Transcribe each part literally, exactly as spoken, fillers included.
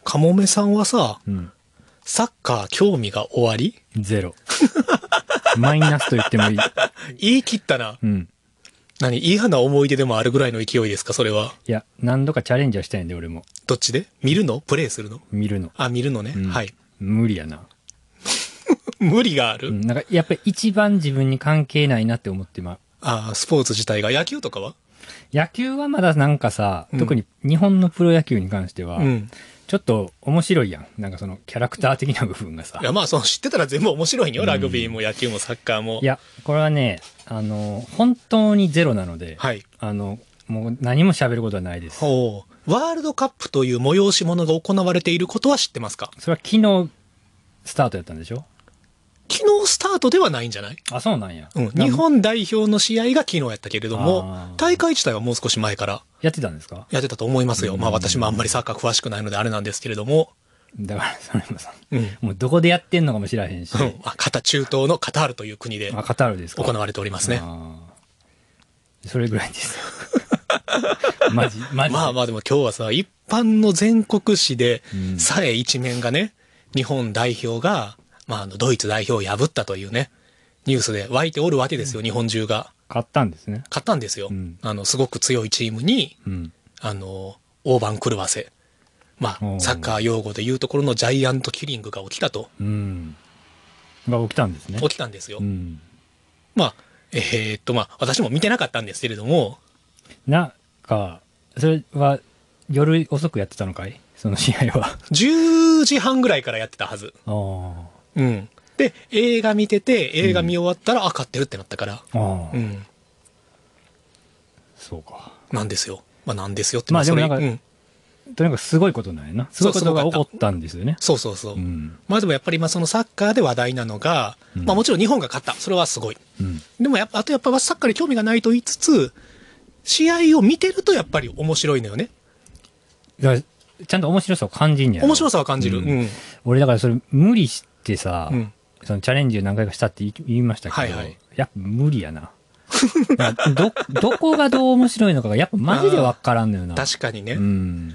かもめさんはさ、 うん、 サッカー興味が終わりゼロ。マイナスと言ってもいい。 言い切ったな。 うん。 何嫌な思い出でもあるぐらいの勢いですか、それは。 いや、何度かチャレンジはしたいんで、俺も。 どっちで見るのプレイするの見るの。 あ、見るのね。 うん、 はい。 無理やな。 無理がある、 うん、なんか、やっぱり一番自分に関係ないなって思ってまう。 ああ、スポーツ自体が。野球とかは野球はまだなんかさ、 うん、 特に日本のプロ野球に関しては、 うん、 ちょっと面白いやん。なんかそのキャラクター的な部分がさ。 いや、まあ、その知ってたら全部面白いんよ。ラグビーも野球もサッカーも。 いや、これはね、あの、本当にゼロなので、 はい。 あの、もう何も喋ることはないです。 ほう。ワールドカップという催し物が行われていることは知ってますか？ それは昨日スタートやったんでしょ？ 昨日スタートではないんじゃない？ あ、そうなんや。 うん。日本代表の試合が昨日やったけれども、大会自体はもう少し前からやってたんですか？ やってたと思いますよ。まあ私もあんまりサッカー詳しくないのであれなんですけれども。 だから、それもさ、 うん、 もうどこでやってんのかも知らへんし。 うん。あ、カタ、中東のカタールという国であ、カタールですか？ 行われておりますね。 あ、それぐらいです。マジ、マジ。 まあまあでも今日はさ、一般の全国紙でさえ一面がね、日本代表が、まああの、ドイツ代表を破ったというね、ニュースで湧いておるわけですよ、日本中が。 勝ったんですね。 勝ったんですよ。 うん、 あの、すごく強いチームに、 うん、 あの、大番狂わせ。まあ、サッカー用語で言うところのジャイアントキリングが起きたと。 うん。が起きたんですね。 起きたんですよ。 うん、 まあ、えー、っと、まあ、私も見てなかったんですけれども。 なんか、それは夜遅くやってたのかい？その試合は。 じゅうじはんぐらいからやってたはず。 ああ。 うん。で、映画見てて、映画見終わったら、うん、あ、勝ってるってなったから。ああ。 うん。 そうか。 なんですよ。まあ、なんですよって。 まあでもなんか、 うん、 とにかくすごいことなんやな。すごいことが起こったんですよね。 そうそうそう。 うん、 まあでもやっぱりまあそのサッカーで話題なのが、うん、まあもちろん日本が勝った。それはすごい。うん、でもやっぱ、あとやっぱサッカーに興味がないと言いつつ、試合を見てるとやっぱり面白いのよね。 いや、ちゃんと面白さを感じんやろ。 面白さは感じる。うん。うん、 俺だからそれ無理してさ、 うん、 そのチャレンジを何回かしたって言いましたけど、はいはい、やっぱ無理やな。ど、どこがどう面白いのかがやっぱマジでわからんのよな。 確かにね。 うん、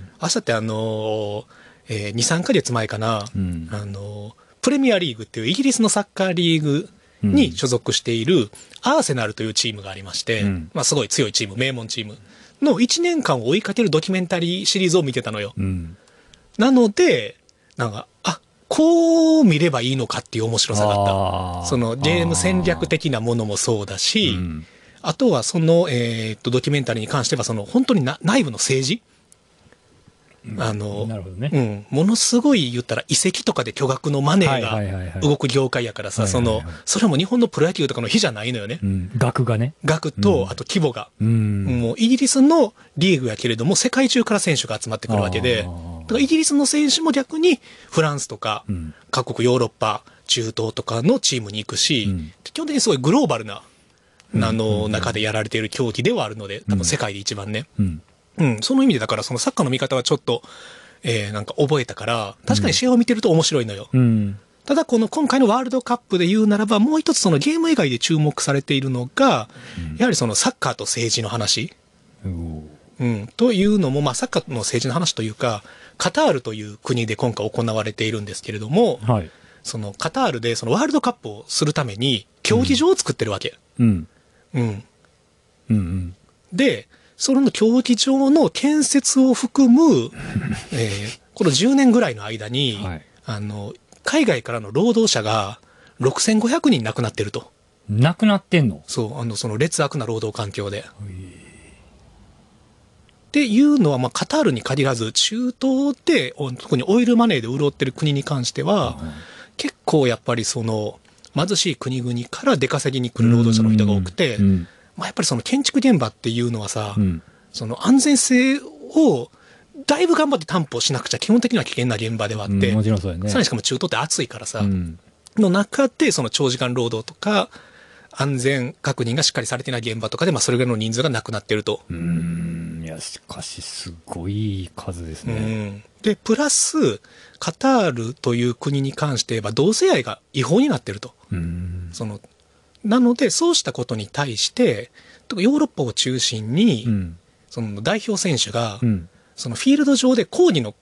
朝ってあのー、えー、に、さんかげつまえかな、うん、あのー、プレミアリーグっていうイギリスのサッカーリーグに所属しているアーセナルというチームがありまして、うん、まあすごい強いチーム、名門チームのいちねんかんを追いかけるドキュメンタリーシリーズを見てたのよ。うん、なので、なんか、あ、こう見ればいいのかっていう面白さがあった。そのゲーム戦略的なものもそうだし、うん、あとはその、えー、っと、ドキュメンタリーに関しては、その本当にな内部の政治、あの、 なるほどね。 うん。ものすごい言ったら遺跡とかで巨額のマネーが動く業界やからさ、その、それも日本のプロ野球とかの比じゃないのよね。 うん、額がね。 額と、あと規模が。うん、もうイギリスのリーグやけれども、世界中から選手が集まってくるわけで、だからイギリスの選手も逆にフランスとか、うん、各国ヨーロッパ、中東とかのチームに行くし、うん、基本的にすごいグローバルな、あの、中でやられている競技ではあるので、多分世界で一番ね。うんうん、その意味でだからそのサッカーの見方はちょっと、えー、なんか覚えたから、確かに試合を見てると面白いのよ。うん、ただこの今回のワールドカップで言うならば、もう一つそのゲーム以外で注目されているのが、うん、やはりそのサッカーと政治の話。うん、うん、というのも、まあサッカーの政治の話というか、カタールという国で今回行われているんですけれども、はい、そのカタールでそのワールドカップをするために競技場を作ってるわけ。うん。うん。うんうん。で、その競技場の建設を含む、えー、このじゅうねんぐらいの間に、はい、あの、海外からの労働者がろくせんごひゃくにん亡くなってると。 亡くなってんの？ そう、あの、その劣悪な労働環境で。っていうのは、まあ、カタールに限らず、中東で、特にオイルマネーで潤ってる国に関しては、うん、結構やっぱりその、貧しい国々から出稼ぎに来る労働者の人が多くて、うんうんまあ、やっぱりその建築現場っていうのはさ、うん、その安全性をだいぶ頑張って担保しなくちゃ基本的には危険な現場ではあって、 うん、もちろんそうだよね。 さらにしかも中東って暑いからさ、うん、の中でその長時間労働とか安全確認がしっかりされてない現場とかで、まあそれぐらいの人数が亡くなってると。 うーん、いやしかしすごい数ですね。 うん、でプラスカタールという国に関して言えば同性愛が違法になってると。うんそのなので、そうしたことに対して、ヨーロッパを中心に、うん、その代表選手が、うん、そのフィールド上で抗議の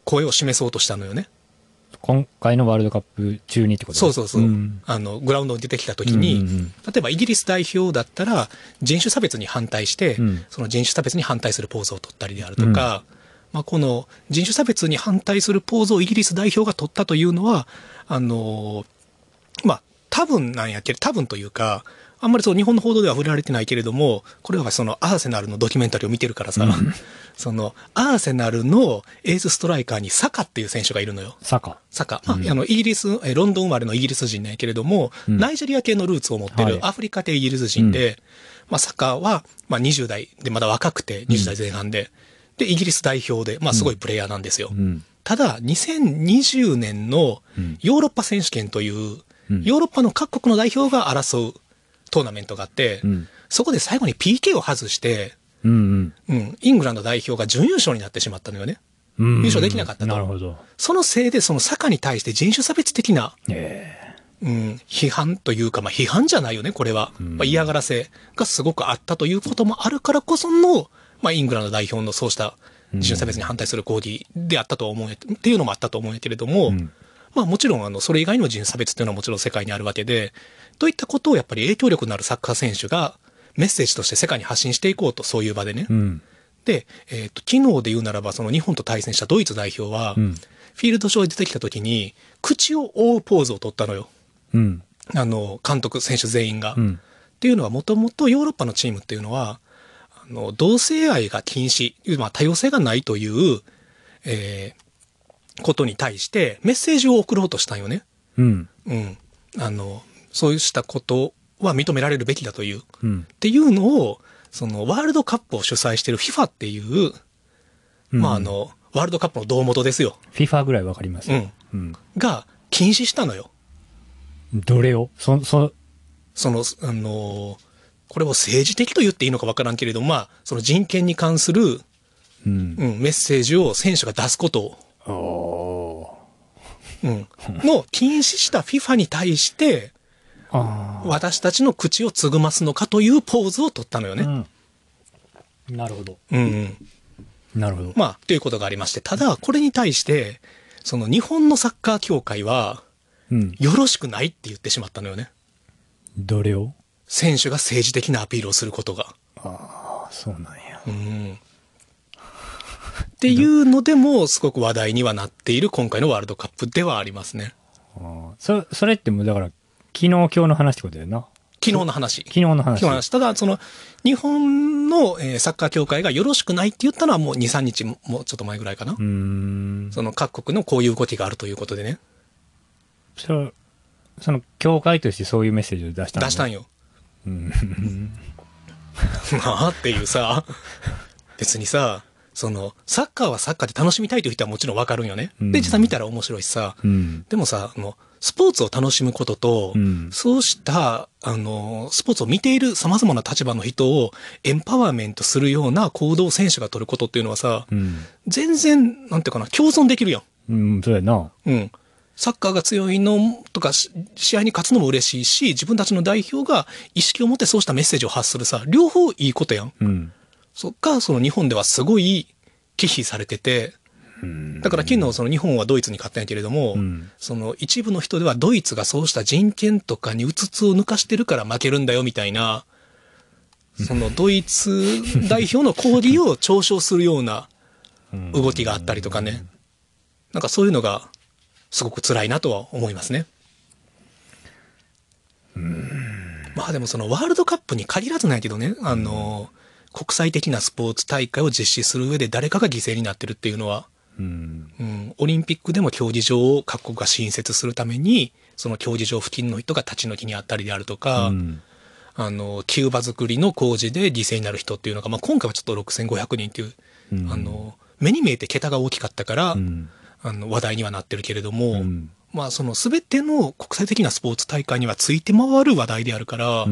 声を示そうとしたのよね。 今回のワールドカップ中にってことそうそうそう。 うん、 あの、グラウンドに出てきた時に、うんうんうん、例えばイギリス代表だったら、人種差別に反対して、うん、その人種差別に反対するポーズを取ったりであるとか、うん、まあ、この人種差別に反対するポーズをイギリス代表が取ったというのは、あの、まあ、多分なんやけど、多分というか、あんまりそう日本の報道では触れられてないけれども、これはそのアーセナルのドキュメンタリーを見てるからさ、うん、そのアーセナルのエースストライカーにサカっていう選手がいるのよ。 サカ。 サカ。まあ、うん、あの、イギリス、ロンドン生まれのイギリス人なんやけれども、うん、ナイジェリア系のルーツを持ってるアフリカ系イギリス人で、はい、まあ、サカは、まあ、にじゅう代でまだ若くて、にじゅう代前半で、で、イギリス代表で、まあ、すごいプレイヤーなんですよ。うん、ただ、にせんにじゅうねんのヨーロッパ選手権という、うん、ヨーロッパの各国の代表が争うトーナメントがあって、うん、そこで最後に ピーケー を外して、うんうんうん、イングランド代表が準優勝になってしまったのよね。うんうん、優勝できなかったと。 なるほど。 そのせいで、そのサカに対して人種差別的な、えーうん、批判というか、まあ批判じゃないよね、これは。うんまあ、嫌がらせがすごくあったということもあるからこその、まあイングランド代表のそうした人種差別に反対する抗議であったと思う、っていうのもあったと思うんやけれども、うんまあもちろん、あの、それ以外にも人種差別っていうのはもちろん世界にあるわけで、といったことをやっぱり影響力のあるサッカー選手がメッセージとして世界に発信していこうと、そういう場でね。うん、で、えっと、昨日で言うならば、その日本と対戦したドイツ代表は、うん、フィールド上に出てきた時に、口を覆うポーズを取ったのよ。うん、あの、監督、選手全員が。うん、っていうのは、もともとヨーロッパのチームっていうのは、あの、同性愛が禁止、まあ多様性がないという、えー、ことに対してメッセージを送ろうとしたんよね。うん。うん。あの、そうしたことは認められるべきだという。うん。っていうのを、そのワールドカップを主催している FIFA っていう、うん、まああの、ワールドカップの胴元ですよ。 FIFA ぐらいわかりますよ。 うん。うん。が禁止したのよ。 どれをそ、そ、 その、あの、これを政治的と言っていいのかわからんけれども、まあ、その人権に関する、うん、うん、メッセージを選手が出すことを、おうん、の禁止した FIFA に対して、私たちの口をつぐますのかというポーズを取ったのよね。 うん、なるほど。 うん、うん。 なるほど。 まあ、ということがありまして、ただ、これに対して、その日本のサッカー協会は、うん、よろしくないって言ってしまったのよね。 どれを？ 選手が政治的なアピールをすることが。 ああ、そうなんや。 うん。っていうのでも、すごく話題にはなっている今回のワールドカップではありますね。 ああ、そ、それってもうだから、昨日今日の話ってことだよな。 昨日の話。 昨日の話。昨日の話。ただ、その、日本の、えー、サッカー協会がよろしくないって言ったのはもうに、さんにちも、もうちょっと前ぐらいかな。うーん。その各国のこういう動きがあるということでね。 それは、その、協会としてそういうメッセージを出したの？ 出したんよ。うん。まあっていうさ、別にさ、その、サッカーはサッカーで楽しみたいという人はもちろんわかるんよね。うん、で、実際見たら面白いしさ、うん、でもさ、あの、スポーツを楽しむことと、うん、そうした、あの、スポーツを見ている様々な立場の人をエンパワーメントするような行動を選手が取ることっていうのはさ、うん、全然、なんていうかな、共存できるやん。 うん、そうやな。 うん。サッカーが強いのとか、試合に勝つのも嬉しいし、自分たちの代表が意識を持ってそうしたメッセージを発するさ、両方いいことやん。うん。そっか、その日本ではすごい忌避されてて、だから昨日その日本はドイツに勝ったんやけれども、うん、その一部の人ではドイツがそうした人権とかにうつつを抜かしてるから負けるんだよみたいな、そのドイツ代表の抗議を嘲笑するような動きがあったりとかね。なんかそういうのがすごく辛いなとは思いますね。まあでもそのワールドカップに限らずないけどね、あの、国際的なスポーツ大会を実施する上で誰かが犠牲になってるっていうのは、うんうん、オリンピックでも競技場を各国が新設するために、その競技場付近の人が立ち退きにあったりであるとか、うん、あの、キューバ作りの工事で犠牲になる人っていうのが、まあ今回はちょっとろくせんごひゃくにんっていう、うん、あの、目に見えて桁が大きかったから、うん、あの話題にはなってるけれども、うん、まあその全ての国際的なスポーツ大会にはついて回る話題であるから、うん、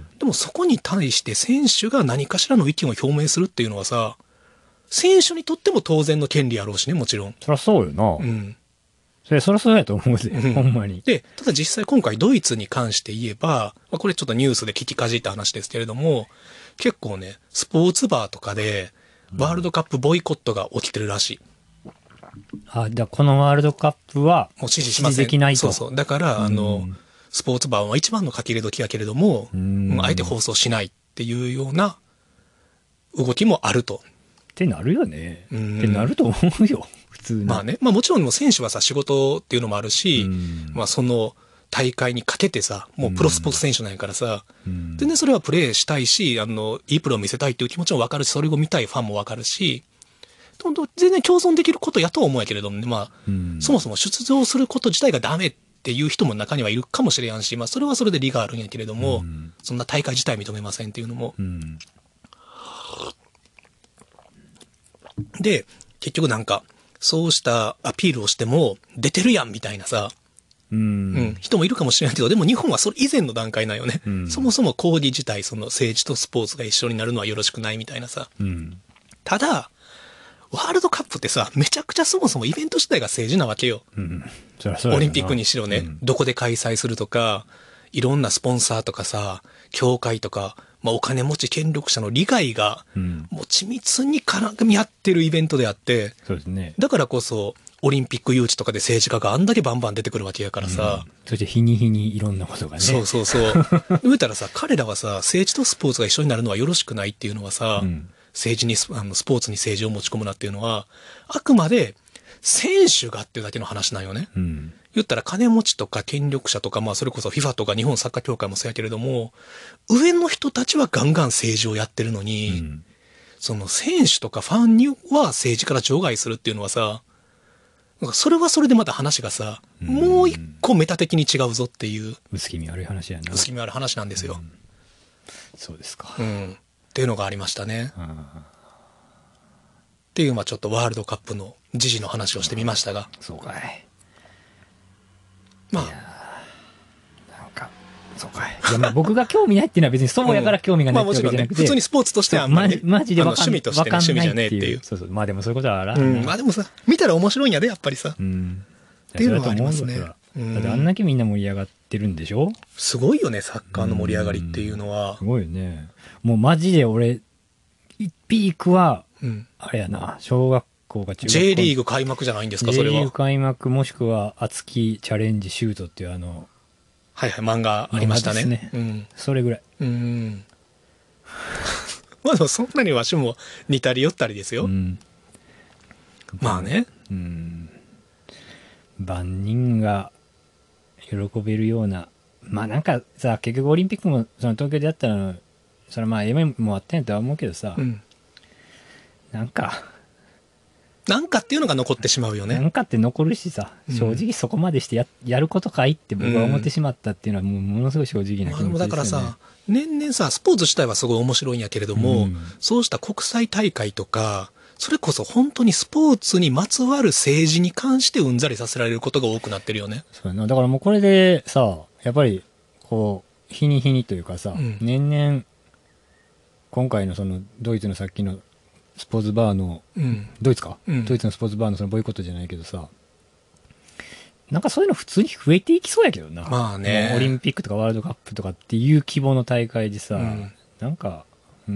でもそこに対して選手が何かしらの意見を表明するっていうのはさ、選手にとっても当然の権利やろうしね、もちろん。 そりゃそうよな。うん。それ、そりゃそうやと思うぜ、うん、ほんまに。 で、ただ実際今回ドイツに関して言えば、まあ、これちょっとニュースで聞きかじった話ですけれども、結構ね、スポーツバーとかで、ワールドカップボイコットが起きてるらしい。 あ、じゃあこのワールドカップは、 もう支持しません。 できないと。 そうそう。だから、あの、スポーツ版は一番の書き入れ時やけれども、あえて放送しないっていうような動きもあると。 ってなるよね。ってなると思うよ。普通に。 まあね。まあもちろんもう選手はさ、仕事っていうのもあるし、まあその大会にかけてさ、もうプロスポーツ選手なんやからさ、全然それはプレーしたいし、あの、いいプレーを見せたいっていう気持ちもわかるし、それを見たいファンもわかるし、全然共存できることやとは思うんやけれどもね、まあ、うん、そもそも出場すること自体がダメっていう人も中にはいるかもしれんし、まあ、それはそれで理があるんやけれども、うん、そんな大会自体認めませんっていうのも。うん、で、結局なんか、そうしたアピールをしても、出てるやんみたいなさ、うんうん、人もいるかもしれないけど、でも日本はそれ以前の段階なんよね。うん、そもそも講義自体、その政治とスポーツが一緒になるのはよろしくないみたいなさ。うん、ただ、ワールドカップってさ、めちゃくちゃそもそもイベント自体が政治なわけよ。うん、そりゃそうやな。オリンピックにしろね、うん、どこで開催するとか、いろんなスポンサーとかさ、協会とか、まあ、お金持ち権力者の利害が、もう緻密に絡み合ってるイベントであって、そうですね。だからこそ、オリンピック誘致とかで政治家があんだけバンバン出てくるわけやからさ。うん、 そして日に日にいろんなことがね。 そうそうそう。言うたらさ、彼らはさ、政治とスポーツが一緒になるのはよろしくないっていうのはさ、うん政治に、あの、スポーツに政治を持ち込むなっていうのは、あくまで選手がっていうだけの話なんよね。うん、言ったら金持ちとか権力者とか、まあそれこそ フィファ とか日本サッカー協会もそうやけれども、上の人たちはガンガン政治をやってるのに、うん、その選手とかファンには政治から除外するっていうのはさ、なんかそれはそれでまた話がさ、うん、もう一個メタ的に違うぞっていう。 薄気味悪い話やな。 薄気味悪い話なんですよ。 うん、そうですか。 うんっていうのがありましたね。っていう、まあちょっとワールドカップの時事の話をしてみましたが。 そうかい。 まあ。 なんか、そうかい。いやまあ僕が興味ないっていうのは別にそうやから興味がないってわけじゃなくて。 うんまあもちろんね、普通にスポーツとしてはあんまり、ね、 マジでわかん趣味としての趣味じゃねえっていう。 そうそう。まあでもそういうことはあらん、 うん。まあでもさ、見たら面白いんやで、やっぱりさ。うん。っていうのはありますね。 うん、だってあんだけみんな盛り上がってるんでしょ？ すごいよね、サッカーの盛り上がりっていうのは。 すごいよね。もうマジで俺、ピークは、うん、あれやな、小学校が中学校。 J リーグ開幕じゃないんですか、それは。 J リーグ開幕もしくは、熱きチャレンジシュートっていうあの、 はいはい、漫画ありましたね。ねうん。それぐらい。うん。 まあでもそんなにわしも似たり寄ったりですよ。うん、まあね。うん。 万人が喜べるような、まあなんかさ、結局オリンピックもその東京でやったら、それまあ夢もあったんやとは思うけどさ、うん、なんかなんかっていうのが残ってしまうよね。 なんかって残るしさ、正直そこまでして や, やることかいって僕は思ってしまったっていうのはもうものすごい正直な気持ちですよね。 まあ、だからさ、年々さ、スポーツ自体はすごい面白いんやけれども、うん、そうした国際大会とか、それこそ本当にスポーツにまつわる政治に関してうんざりさせられることが多くなってるよね。 そうやな。だからもうこれでさ、やっぱりこう日に日にというかさ、うん、年々今回のそのドイツのさっきのスポーツバーの、うん、ドイツか、うん、ドイツのスポーツバーのそのボイコットじゃないけどさ、なんかそういうの普通に増えていきそうやけどな。 まあね。 オリンピックとかワールドカップとかっていう規模の大会でさ、うん、なんか、うん。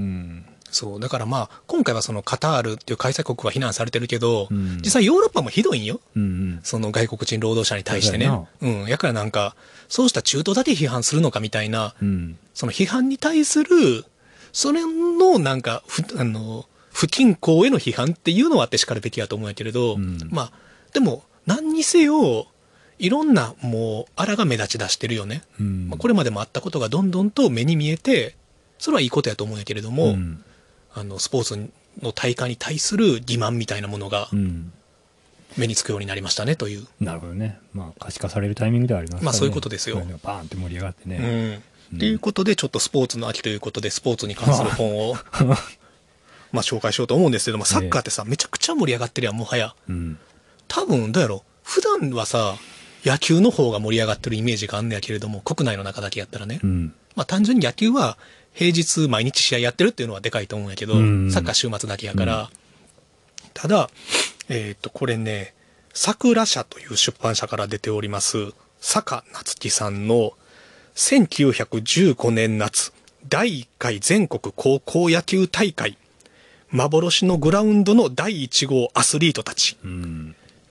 そう。だからまあ、今回はそのカタールっていう開催国は非難されてるけど、うん、実際ヨーロッパもひどいんよ。うんうん、その外国人労働者に対してね。うん。やからなんか、そうした中東だけ批判するのかみたいな、うん、その批判に対する、それのなんか、ふ、あの、不均衡への批判っていうのはあってしかるべきやと思うんやけれど、うん、まあ、でも、何にせよ、いろんなもう、あらが目立ち出してるよね。うんまあ、これまでもあったことがどんどんと目に見えて、それはいいことやと思うんやけれども、うん、あの、スポーツの大会に対する欺瞞みたいなものが、目につくようになりましたね、という。 うん、なるほどね。まあ、可視化されるタイミングではありますからね。 まあ、そういうことですよ。 バーンって盛り上がってね。 うん。と、うん、いうことで、ちょっとスポーツの秋ということで、スポーツに関する本を、まあ、紹介しようと思うんですけども、サッカーってさ、めちゃくちゃ盛り上がってるやん、もはや。うん、多分、どうやろう。普段はさ、野球の方が盛り上がってるイメージがあんねやけれども、国内の中だけやったらね。うん、まあ単純に野球は平日毎日試合やってるっていうのはでかいと思うんやけど、うん、サッカー週末だけやから。うん、ただ、えっと、これね、桜社という出版社から出ております、坂夏樹さんのせんきゅうひゃくじゅうごねん夏だいいっかい全国高校野球大会幻のグラウンドのだいいち号アスリートたち。うんっ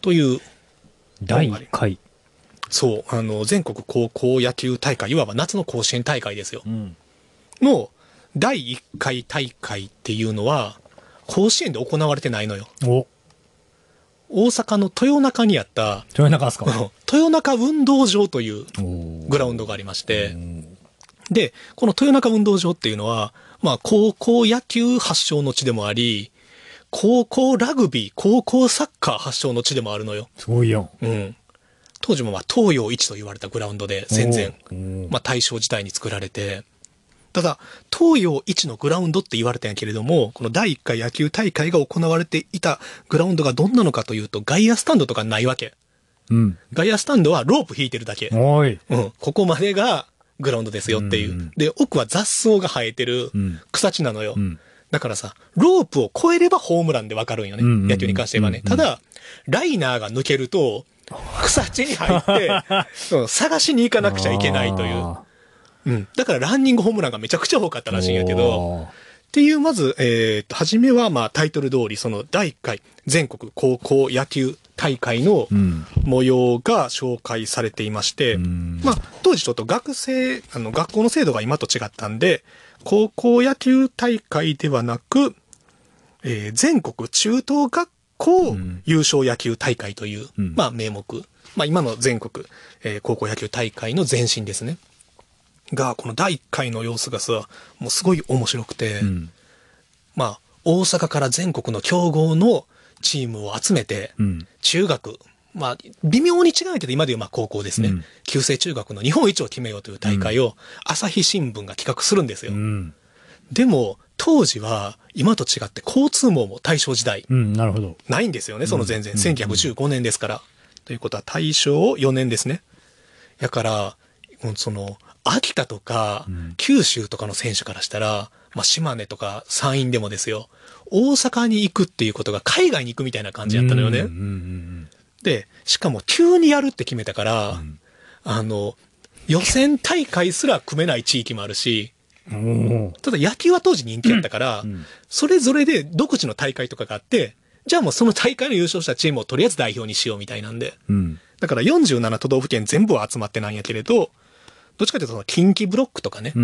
という。 だいいっかい。 そう、あの、全国高校野球大会、いわば夏の甲子園大会ですよ。 うん、 の、だいいっかい大会っていうのは、甲子園で行われてないのよ。 お大阪の豊中にあった、 豊中ですか？ 豊中運動場というグラウンドがありまして、で、この豊中運動場っていうのは、まあ、高校野球発祥の地でもあり、高校ラグビー、高校サッカー発祥の地でもあるのよ。 すごいよ。 うん。当時もまあ東洋一と言われたグラウンドで戦前、まあ大正時代に作られて、ただ、東洋一のグラウンドって言われたんやけれども、このだいいっかい野球大会が行われていたグラウンドがどんなのかというと、外野スタンドとかないわけ。 うん。 外野スタンドはロープ引いてるだけ。 おい。 うん。ここまでがグラウンドですよっていう。うん、で、奥は雑草が生えてる草地なのよ。うん、だからさ、ロープを越えればホームランでわかるんよね。うんうんうん、野球に関してはね。ただ、ライナーが抜けると、草地に入って、探しに行かなくちゃいけないという。うん。だからランニングホームランがめちゃくちゃ多かったらしいんやけど、っていう、まず、えっと、はじめは、まあ、タイトル通り、そのだいいっかい全国高校野球大会の模様が紹介されていまして、うん、まあ、当時ちょっと学生、あの、学校の制度が今と違ったんで、高校野球大会ではなく、えー、全国中等学校優勝野球大会という、うん、まあ、名目。まあ、今の全国、えー、高校野球大会の前身ですね。が、このだいいっかいの様子がさ、もうすごい面白くて、うん、まあ、大阪から全国の強豪のチームを集めて、うん、中学、まあ、微妙に違えてて今でいうまあ高校ですね、うん、旧制中学の日本一を決めようという大会を朝日新聞が企画するんですよ。うん、でも、当時は今と違って交通網も大正時代、 うん、なるほど。 ないんですよね、その全然。うん、せんきゅうひゃくじゅうごねんですから。ということは大正よねんですね。だから、その、秋田とか、九州とかの選手からしたら、まあ、島根とか山陰でもですよ、大阪に行くっていうことが海外に行くみたいな感じやったのよね。で、しかも急にやるって決めたから、うん、あの、予選大会すら組めない地域もあるし、ただ野球は当時人気だったから、うん、それぞれで独自の大会とかがあって、じゃあもうその大会の優勝したチームをとりあえず代表にしようみたいなんで。うん、だからよんじゅうなな都道府県全部は集まってないんやけれど、どっちかというとその近畿ブロックとかね、うん、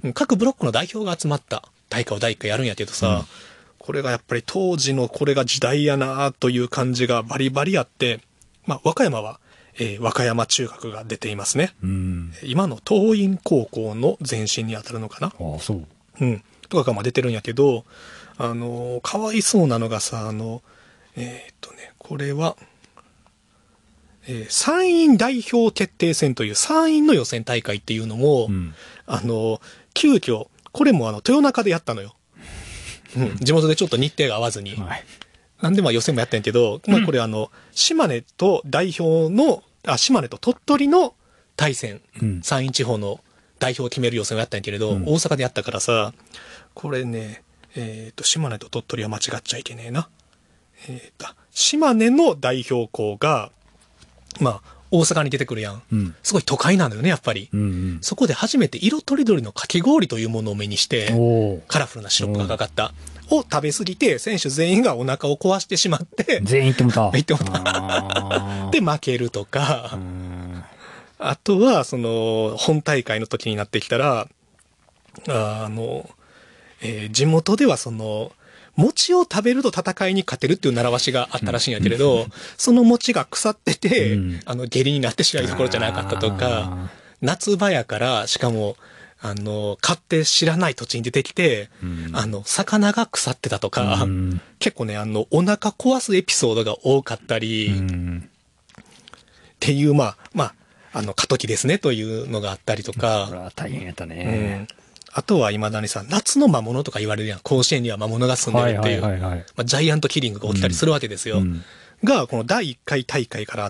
各ブロックの代表が集まった大会をだいいっかいやるんやけどさ、うん、これがやっぱり当時のこれが時代やなという感じがバリバリあって、まあ和歌山は、えー、和歌山中学が出ていますね。うん、今の東蔭高校の前身に当たるのかな。 ああ、そう。 うん。とかがまあ出てるんやけど、あのー、かわいそうなのがさ、あの、えー、っとね、これは、えー、山陰代表決定戦という山陰の予選大会っていうのも、うん、あの、急遽、これもあの、豊中でやったのよ。うん、地元でちょっと日程が合わずに。はい、なんでまあ予選もやったんやけど、まあこれあの、島根と代表の、あ、島根と鳥取の対戦、うん、山陰地方の代表を決める予選をやったんやけれど、うん、大阪でやったからさ、これね、えっと、島根と鳥取は間違っちゃいけねえな。えっと、島根の代表校が、まあ、大阪に出てくるやん。うん、すごい都会なのよね、やっぱり。うんうん、そこで初めて色とりどりのかき氷というものを目にして、カラフルなシロップがかかった。を食べ過ぎて、選手全員がお腹を壊してしまって、 全員行ってもた。 行ってもた。で、負けるとか、あとは、その、本大会の時になってきたら、あの、えー、地元ではその、餅を食べると戦いに勝てるっていう習わしがあったらしいんやけれど、うん、その餅が腐ってて、うん、あの、下痢になってしまうところじゃなかったとか、夏場やから、しかも、あの、買って知らない土地に出てきて、うん、あの、魚が腐ってたとか、うん、結構ね、あの、お腹壊すエピソードが多かったり、うん、っていう、まあ、まあ、あの、過渡期ですねというのがあったりとか。 これは大変やったね。 うんあとは未だにさ、夏の魔物とか言われるやん。甲子園には魔物が住んでるっていう。はいはいはいはい、まあ、ジャイアントキリングが起きたりするわけですよ。うん、が、このだいいっかい大会からあって、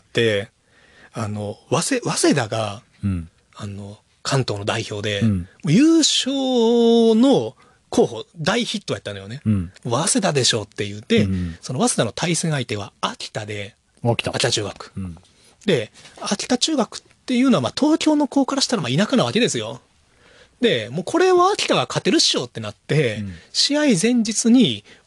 あの、早稲、早稲田が、うん、あの、関東の代表で、うん、優勝の候補、大ヒットやったのよね。うん、早稲田でしょって言って、うん、その早稲田の対戦相手は秋田で、秋田中学、うん。で、秋田中学っていうのは、まあ、東京の子からしたらまあ田舎なわけですよ。で、もうこれは秋田が勝てるっしょってなって、うん、試合前日に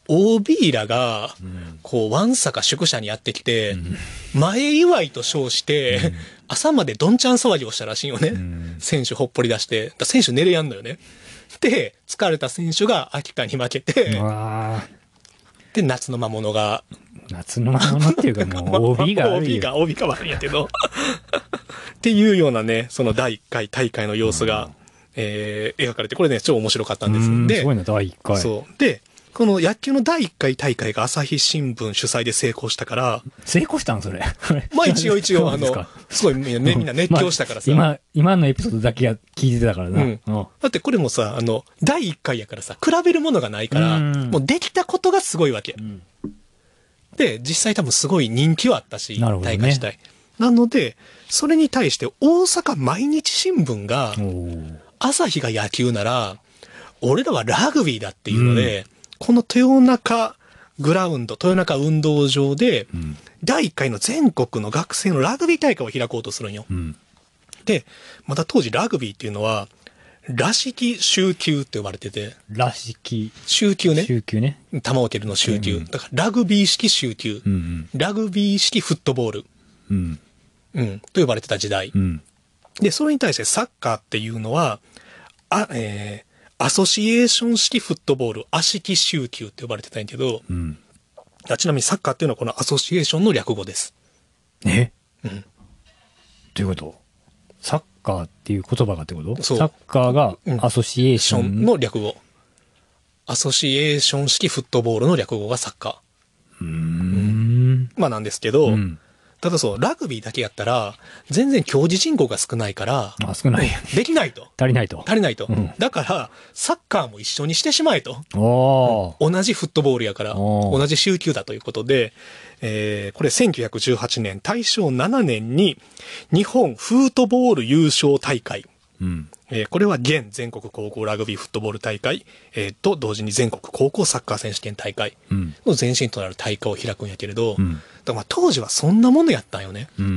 オービー らが、こう、わんさか宿舎にやってきて、前祝いと称して、朝までどんちゃん騒ぎをしたらしいよね。選手ほっぽり出して。だ選手寝れやんのよね。で、疲れた選手が秋田に負けて、で、夏の魔物が。 夏の魔物っていうかもう オービー があるよ。 オービー が、オービー が悪いんやけど。っていうようなね、そのだいいっかい大会の様子が、えー、描かれて、これね、超面白かったんです。 で、すごいな、だいいっかい。 そう。で、この野球のだいいっかい大会が朝日新聞主催で成功したから。 成功したんそれ。 まあ一応一応、あの、すごいみんな熱狂したからさ。 まあ、今、今のエピソードだけ聞いてたからな。うん。 だってこれもさ、あの、だいいっかいやからさ、比べるものがないから、もうできたことがすごいわけ。うん、で、実際多分すごい人気はあったし、ね、大会自体。なので、それに対して大阪毎日新聞が、朝日が野球なら、俺らはラグビーだっていうので、うん、この豊中グラウンド、豊中運動場で、うん、だいいっかいの全国の学生のラグビー大会を開こうとするんよ。うん、で、また当時ラグビーっていうのは、らしき蹴球って呼ばれてて。 らしき。 蹴球ね。 蹴球ね。 玉置けるの蹴球。うん、だからラグビー式蹴球、うんうん。ラグビー式フットボール。うん。うん。と呼ばれてた時代。うん、で、それに対してサッカーっていうのは、あ、えー、アソシエーション式フットボール、ア式蹴球って呼ばれてたんやけど、うん、ちなみにサッカーっていうのはこのアソシエーションの略語です。 えうん。どういうことサッカーっていう言葉がってことサッカーがアソシエーション、うん、 の略語。アソシエーション式フットボールの略語がサッカー。うーん。うん、まあなんですけど、うん、ただそう、ラグビーだけやったら、全然競技人口が少ないから、 あ、少ない。 できないと。 足りないと。 足りないと。うん、だから、サッカーも一緒にしてしまえと。 お同じフットボールやから、同じ蹴球だということで、えー、これせんきゅうひゃくじゅうはちねん、大正ななねんに、日本フートボール優勝大会。うんえー、これは現全国高校ラグビーフットボール大会、えー、と同時に全国高校サッカー選手権大会の前身となる大会を開くんやけれど、うん、だからまあ当時はそんなものやったんよね。うん、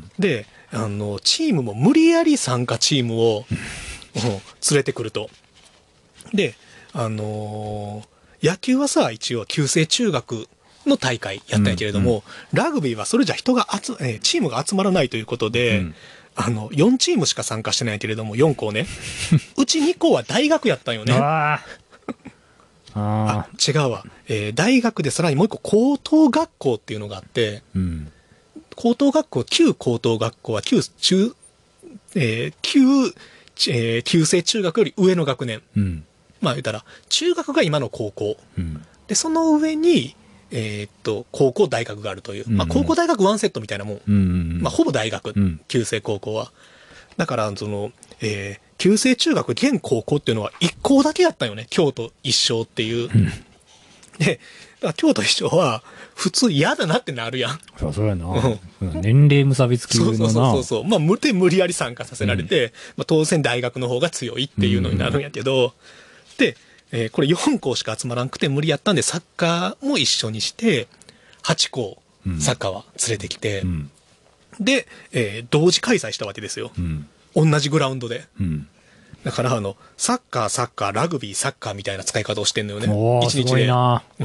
で、あの、チームも無理やり参加チームを、うん、連れてくると。で、あのー、野球はさ、一応旧制中学の大会やったんやけれども、うんうん、ラグビーはそれじゃ人が集、えー、チームが集まらないということで、うんあの、よんチームしか参加してないけれども、よん校ね。うちに校は大学やったんよね。ああ違うわ、えー。大学でさらにもう一個高等学校っていうのがあって、うん、高等学校、旧高等学校は旧、中、えー、旧、えー、旧制中学より上の学年。うん、まあ言ったら、中学が今の高校。うん、で、その上に、えー、っと、高校大学があるという。まあ、高校大学ワンセットみたいなもん。うんうん、まあ、ほぼ大学、うん、旧制高校は。だから、その、えー、旧制中学現高校っていうのは一校だけやったよね。京都一生っていう。うん、で、だから京都一生は、普通嫌だなってなるやん。 そうそうやな。年齢無差別級のな。 そうそうそうそう。まあ、無で無理やり参加させられて、うん、まあ、当然大学の方が強いっていうのになるんやけど、うん、で、えー、これよん校しか集まらんくて無理やったんで、サッカーも一緒にして、はち校、サッカーは連れてきて、うん、で、えー、同時開催したわけですよ。うん、同じグラウンドで。うん、だから、あの、サッカー、サッカー、ラグビー、サッカーみたいな使い方をしてんのよね。一日で。すごいな、うん。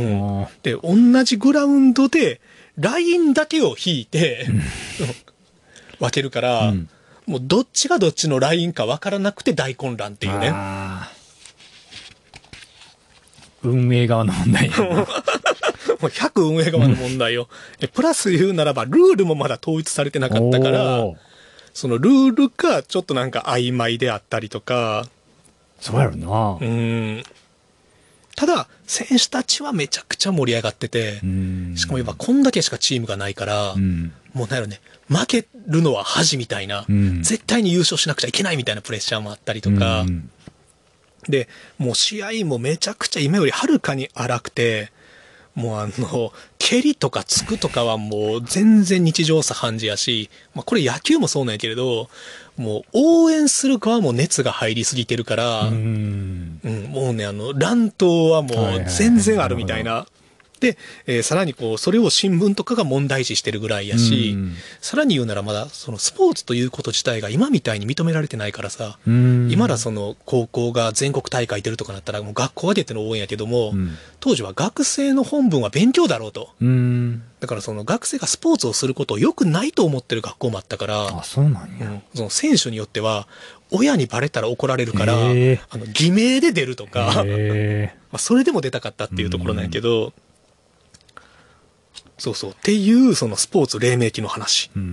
で、同じグラウンドで、ラインだけを引いて、分けるから、うん、もうどっちがどっちのラインか分からなくて大混乱っていうね。 運営側の問題。 もうひゃく運営側の問題を。うん、プラス言うならば、ルールもまだ統一されてなかったから、そのルールがちょっとなんか曖昧であったりとか。 そうやろな。 うん。ただ、選手たちはめちゃくちゃ盛り上がってて、しかもやっぱこんだけしかチームがないから、うん、もうなんやろね、負けるのは恥みたいな、うん、絶対に優勝しなくちゃいけないみたいなプレッシャーもあったりとか、うんで、もう試合もめちゃくちゃ今よりはるかに荒くて、もうあの、蹴りとかつくとかはもう全然日常茶飯事やし、まあこれ野球もそうなんやけれど、もう応援する側も熱が入りすぎてるから、うん、うん、もうね、あの、乱闘はもう全然あるみたいな。 で、えー、さらにこう、それを新聞とかが問題視してるぐらいやし、うん、さらに言うならまだ、そのスポーツということ自体が今みたいに認められてないからさ、うん、今らその高校が全国大会出るとかなったら、もう学校は出ての応援やけども、うん、当時は学生の本分は勉強だろうと。うん、だからその学生がスポーツをすることを良くないと思ってる学校もあったから、 あ、そうなんや。 うん、その選手によっては、親にバレたら怒られるから、あの偽名で出るとか、まあそれでも出たかったっていうところなんやけど、うん、そうそう。っていう、そのスポーツ黎明期の話。うん、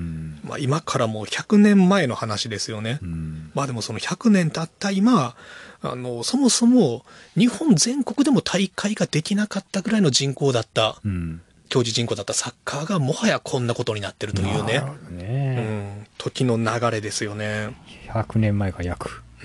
まあ今からもうひゃくねんまえの話ですよね。うん、まあでもそのひゃくねん経った今、あの、そもそも日本全国でも大会ができなかったぐらいの人口だった、うん、競技人口だったサッカーがもはやこんなことになってるというね。ね、うん、時の流れですよね。 ひゃくねんまえか約。 うん。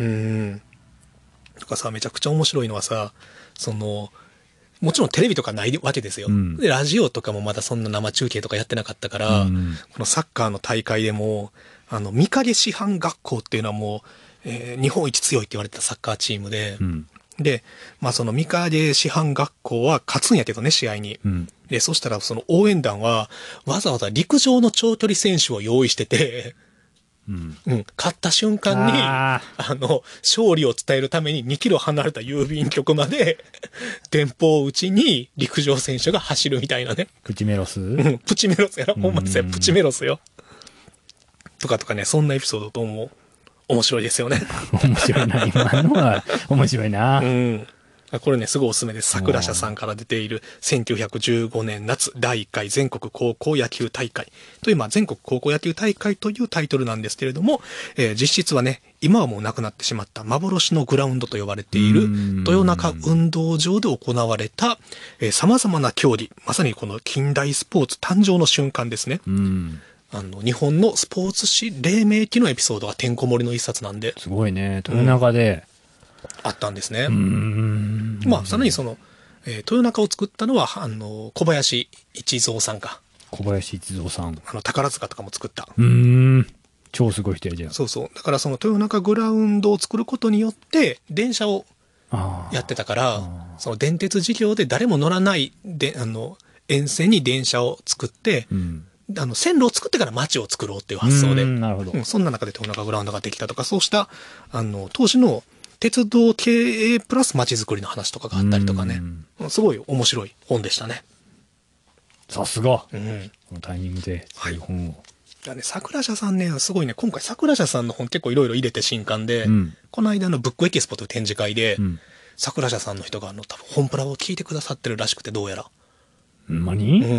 とかさ、めちゃくちゃ面白いのはさ、その、もちろんテレビとかないわけですよ、うん、で。ラジオとかもまだそんな生中継とかやってなかったから、うん、このサッカーの大会でも、あの、御影師範学校っていうのはもう、えー、日本一強いって言われてたサッカーチームで、うん、で、まあその御影師範学校は勝つんやけどね、試合に。うん、で、そしたらその応援団は、わざわざ陸上の長距離選手を用意してて、うんうん、勝った瞬間に、あ, あの、勝利を伝えるためににキロ離れた郵便局まで、電報を打ちに陸上選手が走るみたいなね。 プチメロス、 うん、プチメロスやな。ほんまですよ。プチメロスよ。とかとかね、そんなエピソードとも面白いですよね。 面白いな。今のは面白いな。 うん。これね、すごいおすすめです。桜社さんから出ているせんきゅうひゃくじゅうごねん夏だいいっかい全国高校野球大会という、まあ、全国高校野球大会というタイトルなんですけれども、えー、実質はね、今はもうなくなってしまった幻のグラウンドと呼ばれている豊中運動場で行われた、えー、様々な競技、まさにこの近代スポーツ誕生の瞬間ですね。うんあの、日本のスポーツ史黎明期のエピソードがてんこ盛りの一冊なんで。 すごいね。豊中で、 うん、あったんですね。うーんまあ、さらにその、えー、豊中を作ったのは、あの、小林一三さんか。 小林一三さん。 あの、宝塚とかも作った。 うーん。超すごい人やじゃん。 そうそう。だからその豊中グラウンドを作ることによって、電車をやってたから、その電鉄事業で誰も乗らないで、あの、沿線に電車を作って、うんあの、線路を作ってから街を作ろうっていう発想で。なるほど。うん、そんな中で豊中グラウンドができたとか、そうした、あの、当時の鉄道経営プラス街づくりの話とかがあったりとかね。すごい面白い本でしたね。 さすが。うん。このタイミングで、そういう本を。はいいやね、桜社さんね、すごいね、今回桜社さんの本結構いろいろ入れて新刊で、うん、この間のブックエキスポという展示会で、うん、桜社さんの人があの、多分本プラを聞いてくださってるらしくて、どうやら。 何、 うん、うん、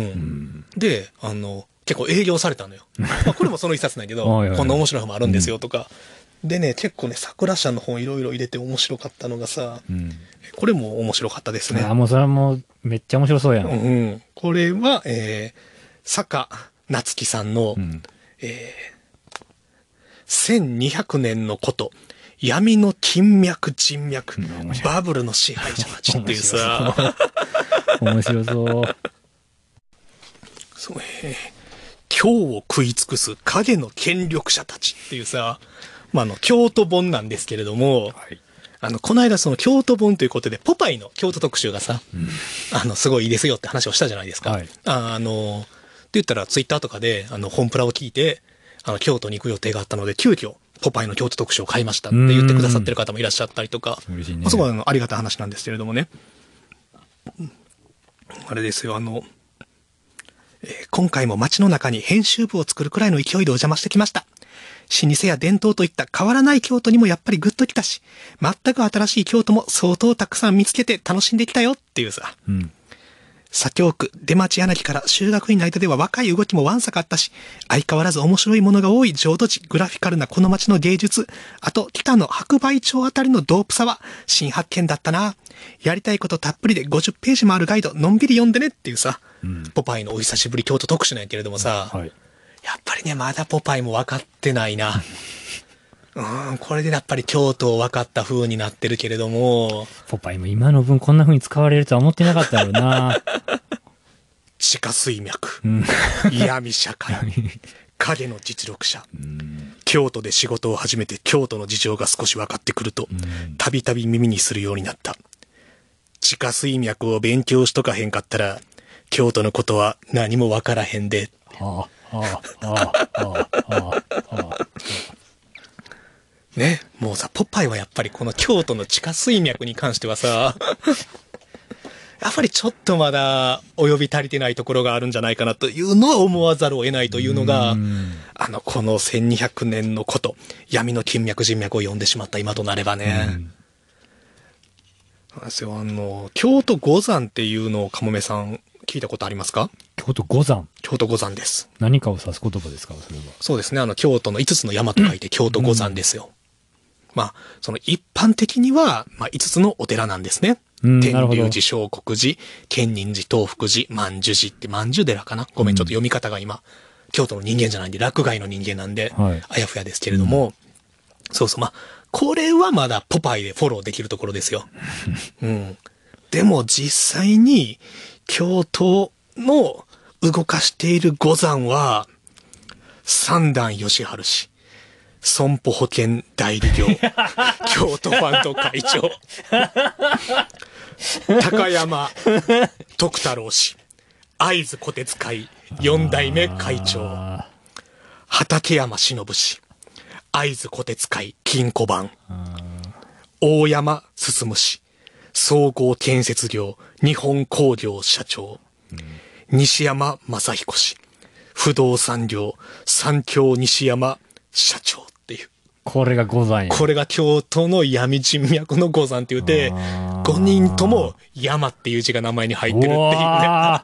で、あの、結構営業されたのよ。まあこれもその一冊なんやけど、はいはいはい、こんな面白い本もあるんですよとか。うん、でね、結構ね、桜社の本いろいろ入れて面白かったのがさ、うん、これも面白かったですね。 あ、もうそれはもうめっちゃ面白そうやん。 うん。これは、えー、坂夏樹さんの、うんえー、せんにひゃくねんのこと、闇の金脈人脈、バブルの支配者たちっていうさ。 面白そう。 そう、えー、今日を食い尽くす影の権力者たちっていうさ、まあ、あの、京都本なんですけれども、はい、あの、この間その京都本ということで、ポパイの京都特集がさ、うん、あの、すごいいいですよって話をしたじゃないですか。はい、あ, あの、って言ったらツイッターとかで、あの、本プラを聞いて、あの、京都に行く予定があったので、急遽、ポパイの京都特集を買いましたって言ってくださってる方もいらっしゃったりとか、嬉しいね。まあ、すごいあのありがたい話なんですけれどもね。あれですよ、あの、えー、今回も街の中に編集部を作るくらいの勢いでお邪魔してきました。老舗や伝統といった変わらない京都にもやっぱりグッときたし、全く新しい京都も相当たくさん見つけて楽しんできたよっていうさ。うん左京区出町柳から修学院の間では若い動きもわんさかあったし、相変わらず面白いものが多い浄土寺グラフィカルなこの街の芸術、あと北の白梅町あたりのドープさは新発見だったな。やりたいことたっぷりでごじゅっページもあるガイドのんびり読んでねっていうさ、うん、ポパイのお久しぶり京都特集なんやけれどもさ、はい、やっぱりねまだポパイも分かってないな。うん、これでやっぱり京都を分かった風になってるけれども。 ポパイも今の分こんな風に使われるとは思ってなかったよな。 地下水脈、うん、闇社会、影の実力者、うん、京都で仕事を始めて京都の事情が少し分かってくると、たびたび耳にするようになった。地下水脈を勉強しとかへんかったら、 京都のことは何もわからへんで。 はあ、はあ、はあ、はあ、はあ、はあ。 ね、もうさ、ポパイはやっぱりこの京都の地下水脈に関してはさ、やっぱりちょっとまだ及び足りてないところがあるんじゃないかなというのは思わざるを得ないというのが、あの、このせんにひゃくねんのこと、闇の金脈人脈を読んでしまった今となればね。ですよ、あの、京都五山っていうのをかもめさん聞いたことありますか？ 京都五山。 京都五山です。 何かを指す言葉ですか、それは。 そうですね、あの、京都のいつつの山と書いて京都五山ですよ。まあ、その一般的には、まあ、いつつのお寺なんですね。天龍寺、聖国寺、建仁寺、東福寺、万寿寺って万寿寺かな？ごめん、ちょっと読み方が今、京都の人間じゃないんで、落外の人間なんで、はい、あやふやですけれども、うん、そうそう、まあ、これはまだポパイでフォローできるところですよ。うん。でも実際に、京都の動かしている五山は、三段義治氏。損保保険代理業、京都ファンド会長、高山徳太郎氏、会津虎鉄会四代目会長、畠山忍氏、会津虎鉄会金庫番、大山進氏、総合建設業日本工業社長、西山正彦氏、不動産業三京西山社長っていう。 これが五山や。 これが京都の闇人脈の五山って言うて、ごにんとも山っていう字が名前に入ってるっていうね。ま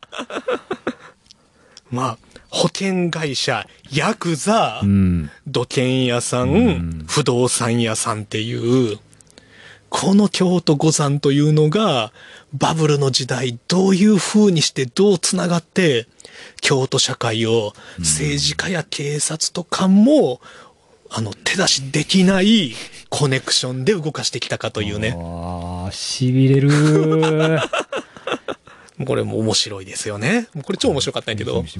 あ、保険会社、ヤクザ、うん、土建屋さん、うん、不動産屋さんっていう、この京都五山というのが、バブルの時代、どういう風にしてどう繋がって、京都社会を政治家や警察とかも、あの、手出しできないコネクションで動かしてきたかというね。 ああ、痺れるこれも面白いですよね。これ超面白かったんやけど。これ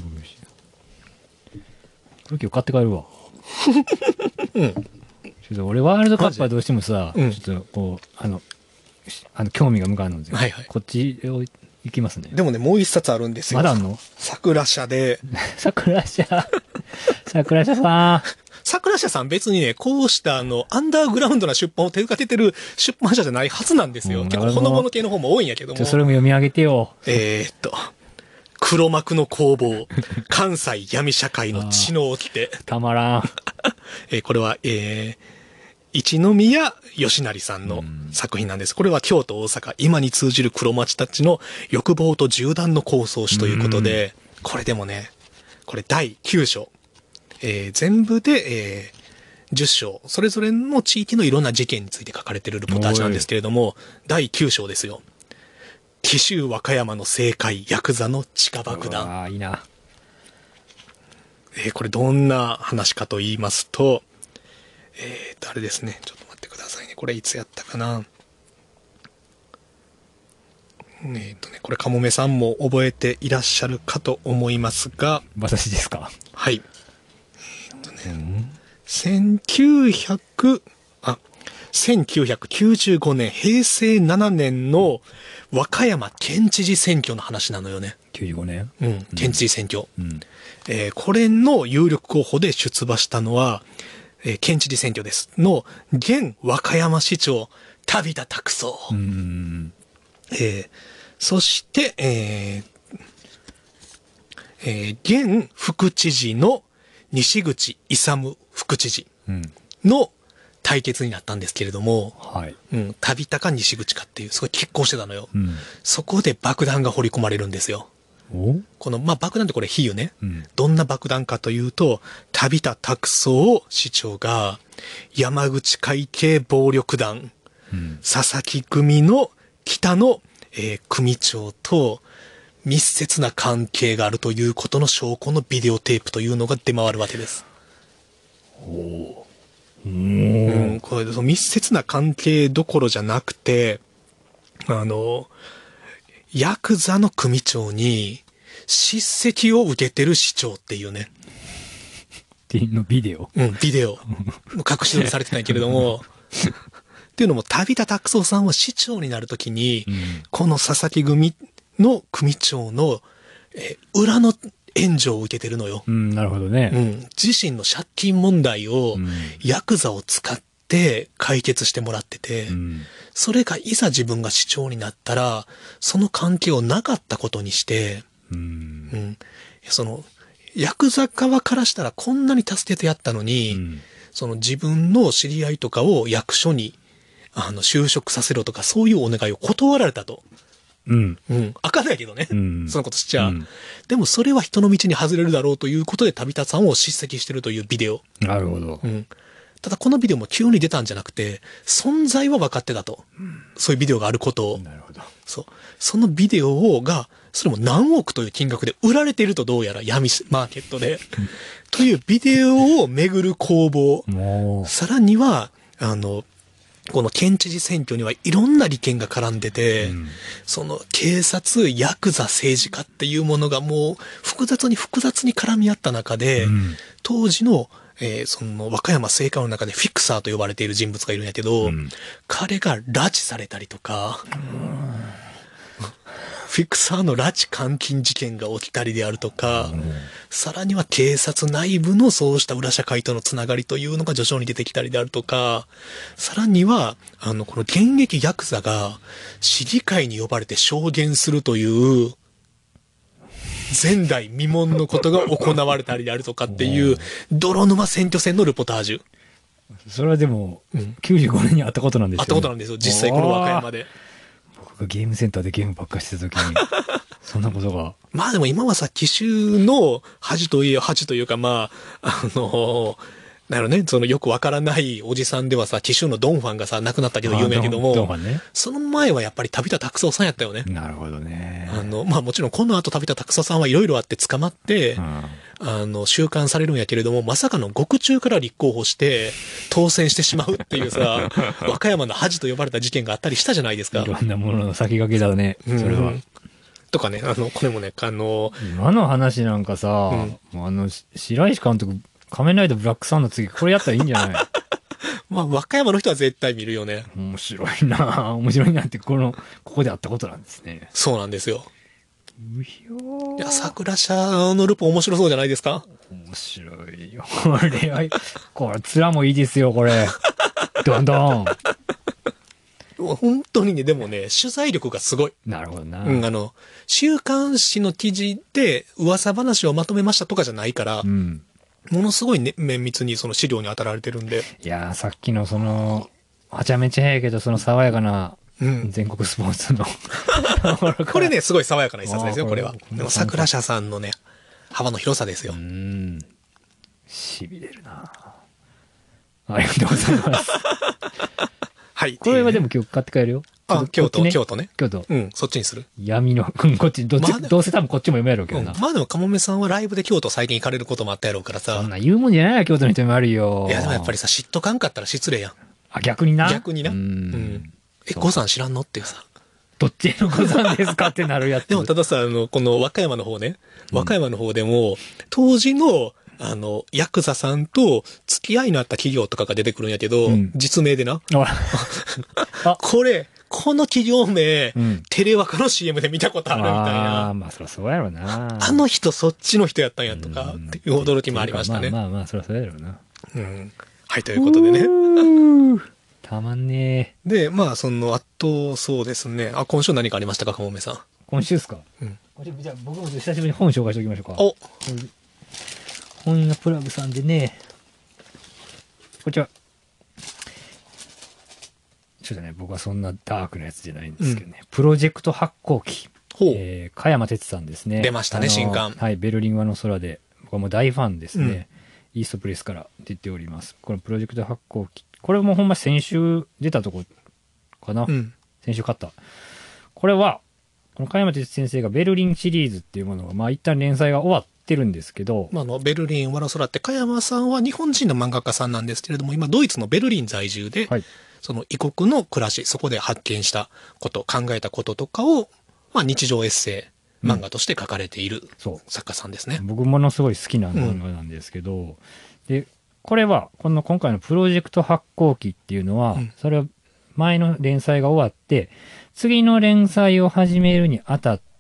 今日買って帰るわ。うん。ちょっと俺ワールドカップはどうしてもさ、うん、ちょっとこう、あの、あの、興味が向かうので、はいはい、こっちを行きますね。 でもね、もう一冊あるんですよ。 まだあんの？ 桜社で。 桜社。桜社さん。 桜社さん別にね、こうしたあの、アンダーグラウンドな出版を手掛けてる出版社じゃないはずなんですよ。うん、結構ほのぼの系の方も多いんやけども。 ちょ、それも読み上げてよ。 えー、っと、黒幕の攻防、関西闇社会の血の掟。 たまらん。 えー、これは、えー、一宮義成さんの作品なんです。これは京都、大阪、今に通じる黒町たちの欲望と銃弾の構想史ということで、これでもね、これだいきゅう章。えー、全部で、えー、じゅっ章、それぞれの地域のいろんな事件について書かれているルポタージュなんですけれども、だいきゅう章ですよ。紀州和歌山の政界、ヤクザの地下爆弾。 ああ、いいな。 えー、これどんな話かと言いますと、えーと、あれですね。ちょっと待ってくださいね。これいつやったかな。えーとね、これかもめさんも覚えていらっしゃるかと思いますが。 私ですか？ はい。うん、せんきゅうひゃく、あ、せんきゅうひゃくきゅうじゅうごねん、へいせいななねんの和歌山県知事選挙の話なのよね。 きゅうじゅうごねん？ うん、県知事選挙。うん、えー、これの有力候補で出馬したのは、えー、県知事選挙です。の、現和歌山市長、田ビ田拓三。うん、えー、そして、えーえー、現副知事の西口勇副知事の対決になったんですけれども、はい。うん、旅田か西口かっていう、すごい拮抗してたのよ。うん、そこで爆弾が掘り込まれるんですよ。おこの、まあ、爆弾ってこれ比喩ね、うん。どんな爆弾かというと、旅田拓三市長が、山口会系暴力団、うん、佐々木組の北の、えー、組長と、密接な関係があるということの証拠のビデオテープというのが出回るわけです。おうん、これ密接な関係どころじゃなくて、あの、ヤクザの組長に叱責を受けてる市長っていうね。 のビデオうん、ビデオ。隠し撮りされてないけれども。っていうのも、旅田拓三さんは市長になるときに、うん、この佐々木組の組長のえー、裏の援助を受けてるのよ。 うん、なるほどね。 うん。自身の借金問題を、ヤクザを使って解決してもらってて、うん、それがいざ自分が市長になったら、その関係をなかったことにして、うん。うん、その、ヤクザ側からしたらこんなに助けてやったのに、うん、その自分の知り合いとかを役所に、あの、就職させろとか、そういうお願いを断られたと。うん。うん。あかんないけどね。うん。そのことしちゃう、うん。でもそれは人の道に外れるだろうということで、旅立さんを叱責してるというビデオ。 なるほど。 うん。ただこのビデオも急に出たんじゃなくて、存在は分かってたと。うん、そういうビデオがあることを。 なるほど。 そう。そのビデオをが、それも何億という金額で売られているとどうやら闇マーケットで。というビデオをめぐる攻防。さらには、あの、この県知事選挙にはいろんな利権が絡んでて、うん、その警察、ヤクザ、政治家っていうものがもう複雑に複雑に絡み合った中で、うん、当時の、えー、その和歌山政界の中でフィクサーと呼ばれている人物がいるんやけど、うん、彼が拉致されたりとか、フィクサーの拉致監禁事件が起きたりであるとか、うん、さらには警察内部のそうした裏社会とのつながりというのが序章に出てきたりであるとか、さらには、あの、この現役ヤクザが市議会に呼ばれて証言するという、前代未聞のことが行われたりであるとかっていう、泥沼選挙戦のルポタージュ。 それはでも、うん、きゅうじゅうごねんにあったことなんですよね。 あったことなんですよ、実際この和歌山で。 ゲームセンターでゲームばっかしてた時に、そんなことが。 まあでも今はさ、奇襲の恥といえ、恥というかまあ、あの、なるね、そのよくわからないおじさんではさ、奇襲のドンファンがさ、亡くなったけど有名やけども、ドンファンね、その前はやっぱり旅田拓三さんやったよね。 なるほどね。 あの、まあもちろんこの後旅田拓三さんはいろいろあって捕まって、うん、あの、収監されるんやけれども、まさかの獄中から立候補して、当選してしまうっていうさ、和歌山の恥と呼ばれた事件があったりしたじゃないですか。 いろんなものの先駆けだね、それは。うん、 とかね、あの、これもね、あの、 今の話なんかさ、うん、あの、白石監督、仮面ライダーブラックサンの次、これやったらいいんじゃないまあ、和歌山の人は絶対見るよね。 面白いな面白いなって、この、ここであったことなんですね。 そうなんですよ。うひょー。いや、桜社のルポ面白そうじゃないですか？ 面白いよ。これは、これ、面もいいですよ、これ。どんどん。 本当にね、でもね、取材力がすごい。 なるほどな。 うん、あの、週刊誌の記事で噂話をまとめましたとかじゃないから、うん、ものすごい、ね、綿密にその資料に当たられてるんで。 いやー、さっきのその、はちゃめちゃ早いけど、その爽やかな、全国スポーツの、 うん、これね、すごい爽やかな一冊ですよ、これは。でも桜社さんのね、幅の広さですよ。うん。 しびれるなありがとうございます。 はい。 これはでも今日買って帰るよ。 あ、京都、ね、京都ね。 京都。 うん、そっちにする。 闇の、うん、こっち、どっち、まあ、どうせ多分こっちも読めやろうけどな。 うん、まあでも、かもめさんはライブで京都最近行かれることもあったやろうからさ。 そんな言うもんじゃないよ、京都の人もあるよ。 いや、でもやっぱりさ、嫉妬かんかったら失礼やん。 あ、逆にな。 逆にな。うん。うん、え、五山知らんのっていうさ。 どっちの五山ですかってなるやつ。 でもたださ、あの、この和歌山の方ね。和歌山の方でも、当時の、あの、ヤクザさんと付き合いのあった企業とかが出てくるんやけど、うん、実名でな。あこれ、この企業名、うん、テレワカの シーエム で見たことあるみたいな。 ああ、まあそりゃそうやろうな。 あの人そっちの人やったんやとか、っていう驚きもありましたね。 まあまあまあ、そりゃそうやろうな。 うん。はい、ということでね。 たまんねえ。で、まあ、その、あと、そうですね。あ、今週何かありましたか、かもめさん。 今週ですか？うん。じゃあ僕も久しぶりに本紹介しておきましょうか。 お本屋プラグさんでね、こんにちは。ちょっとね、僕はそんなダークなやつじゃないんですけどね。うん、プロジェクト発行機。えー、加山哲さんですね。 出ましたね、新刊。 はい、ベルリンワの空で。僕はもう大ファンですね。うん、イーストプレスから出ております。このプロジェクト発行機。これもほんま先週出たとこかな。うん、先週買った。これは、この加山哲先生がベルリンシリーズっていうものが、まあ一旦連載が終わってるんですけど。 まあ、あの、ベルリンワの空って、加山さんは日本人の漫画家さんなんですけれども、今ドイツのベルリン在住で、はい、その異国の暮らし、そこで発見したこと、考えたこととかを、まあ日常エッセイ、漫画として書かれている作家さんですね。 うん、僕ものすごい好きな漫画なんですけど、うん、で、これは、この今回のプロジェクト発行機っていうのは、うん、それは前の連載が終わって、次の連載を始めるにあたっ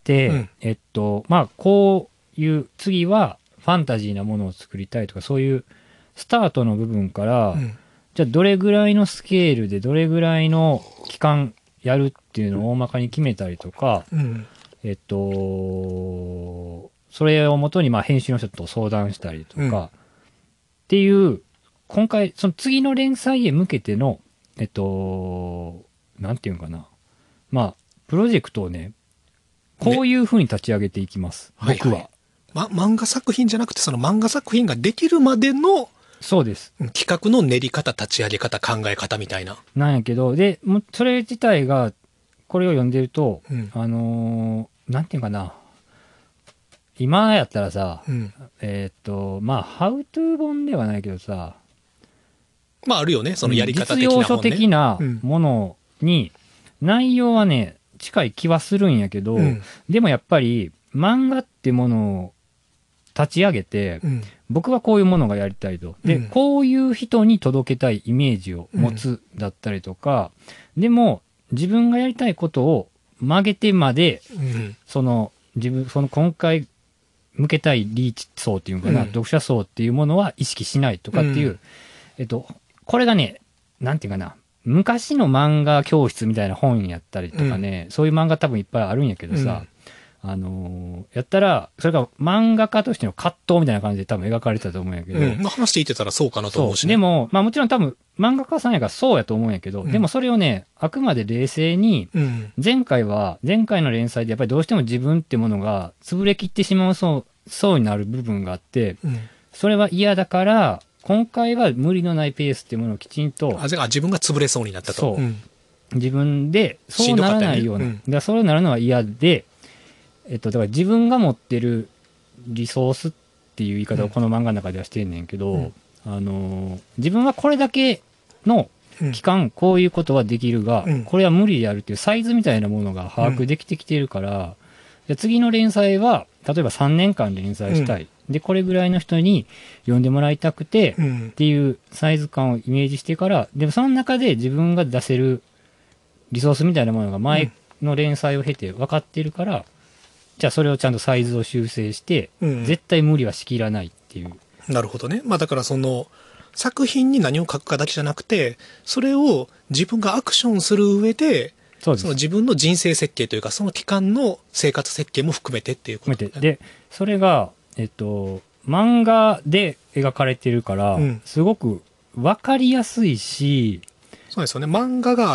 て、 うんえっと、まあ、こういう、次はファンタジーなものを作りたいとか、そういうスタートの部分から、 うん、 じゃあどれぐらいのスケールでどれぐらいの期間やるっていうのを大まかに決めたりとか、 うん、 えっと、それをもとにまあ編集の人と相談したりとか、 うん、 っていう、今回、その次の連載へ向けての、えっと、なんていうんかな。まあ、プロジェクトをね、こういう風に立ち上げていきます。 ね、 僕は。 はいはい、ま、漫画作品じゃなくて、その漫画作品ができるまでの、 そうです。 企画の練り方、立ち上げ方、考え方みたいな。 なんやけど、で、もそれ自体が、これを読んでると、 うん、 あのー、なんていうかな。今やったらさ、うん、えー、っと、まあ、ハウトゥー本ではないけどさ、 まあ、あるよね、そのやり方的な本、ね、実用書的なものに、内容はね、近い気はするんやけど、うん、でもやっぱり、漫画ってものを立ち上げて、うん、僕はこういうものがやりたいと。で、うん、こういう人に届けたいイメージを持つだったりとか、うん、でも、自分がやりたいことを曲げてまで、うん、その、自分、その今回向けたいリーチ層っていうのかな、うん、読者層っていうものは意識しないとかっていう、うん、えっと、これがね、なんていうかな、昔の漫画教室みたいな本やったりとかね、うん、そういう漫画多分いっぱいあるんやけどさ、うん、あのー、やったら、それが漫画家としての葛藤みたいな感じで多分描かれてたと思うんやけど。うん、 まあ話していってたらそうかなと思うし、 ね、でも、まあもちろん多分漫画家さんやからそうやと思うんやけど、うん、でもそれをね、あくまで冷静に、前回は、前回の連載でやっぱりどうしても自分ってものが潰れきってしまうそう、そうになる部分があって、うん、それは嫌だから、今回は無理のないペースっていうものをきちんと。 あ、自分が潰れそうになったと。 そう。うん、自分で、そうならないような。ね、うん、だからそうなるのは嫌で、えっと、だから自分が持ってるリソースっていう言い方をこの漫画の中ではしてんねんけど、うん、あの、自分はこれだけの期間、うん、こういうことはできるが、うん、これは無理であるっていうサイズみたいなものが把握できてきているから、じゃ次の連載は、例えばさんねんかん連載したい。で、これぐらいの人に読んでもらいたくて、うん、っていうサイズ感をイメージしてから、でもその中で自分が出せるリソースみたいなものが前の連載を経て分かっているから、うん、じゃあそれをちゃんとサイズを修正して、うん、絶対無理はしきらないっていう。 なるほどね。まあだからその、作品に何を書くかだけじゃなくて、それを自分がアクションする上で、その自分の人生設計というか、その期間の生活設計も含めてっていうこと、ね、 含めて。で、それが、えっと、漫画で描かれてるから、うん、すごく分かりやすいし、 そうですよね。漫画があって、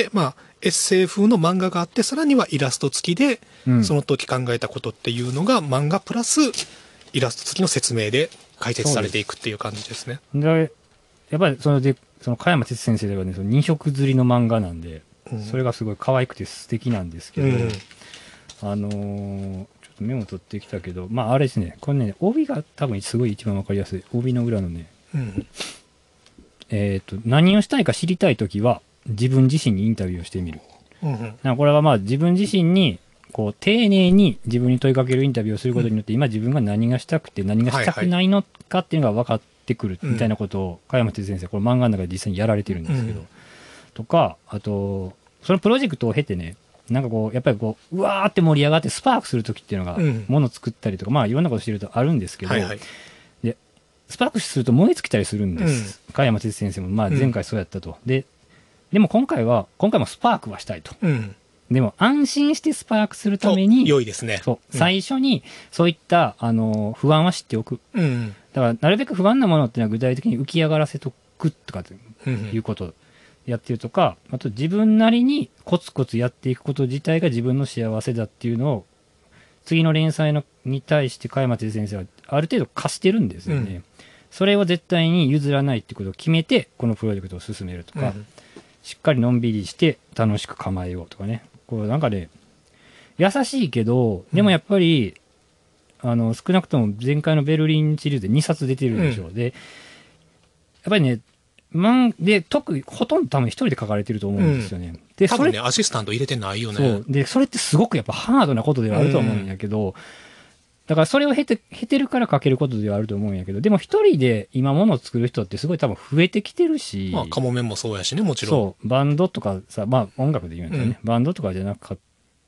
まあ、エッセイ風の漫画があって、さらにはイラスト付きで、うん、その時考えたことっていうのが、漫画プラスイラスト付きの説明で解説されていくっていう感じですね。 で、やっぱりそれで、その加山哲先生ではね、その二色刷りの漫画なんで、うん、それがすごい可愛くて素敵なんですけど、うん、あのー、メモ取ってきたけど、まああれですね、これね、帯が多分すごい一番わかりやすい。帯の裏のね、うん、えっと、何をしたいか知りたいときは、自分自身にインタビューをしてみる。うんうん、これはまあ自分自身に、こう、丁寧に自分に問いかけるインタビューをすることによって、うん、今自分が何がしたくて何がしたくないのかっていうのが分かってくるみたいなことを、加山哲先生、これ漫画の中で実際にやられてるんですけど、うん、とか、あと、そのプロジェクトを経てね、なんかこう、やっぱりこう、うわーって盛り上がってスパークするときっていうのが、もの作ったりとか、うん、まあいろんなことしてるとあるんですけど、はいはい、で、スパークすると燃え尽きたりするんです。うん、加山哲先生も、まあ前回そうやったと。うん、で、でも今回は、今回もスパークはしたいと。うん、でも安心してスパークするために、 良いですね。 そう、うん、最初にそういった、あの、不安は知っておく。うん、だから、なるべく不安なものっていうのは具体的に浮き上がらせとくとかということ。うんうんやってるとか、あと自分なりにコツコツやっていくこと自体が自分の幸せだっていうのを、次の連載のに対して加山哲先生はある程度貸してるんですよね。うん、それを絶対に譲らないってことを決めて、このプロジェクトを進めるとか、うん、しっかりのんびりして楽しく構えようとかね。こうなんかね、優しいけど、でもやっぱり、うん、あの、少なくとも前回のベルリンシリーズでにさつ出てるでしょう。うん、で、やっぱりね、まんで、特に、ほとんど多分一人で書かれてると思うんですよね。うん、で、 多分ね、アシスタント入れてないよね。 そう。で、それってすごくやっぱハードなことではあると思うんやけど、うん、だからそれを経て、経てるから書けることではあると思うんやけど、でも一人で今ものを作る人ってすごい多分増えてきてるし。 まあ、カモメンもそうやしね、もちろん。 そう。バンドとかさ、まあ音楽で言うんだよね。うん、バンドとかじゃなかっ 、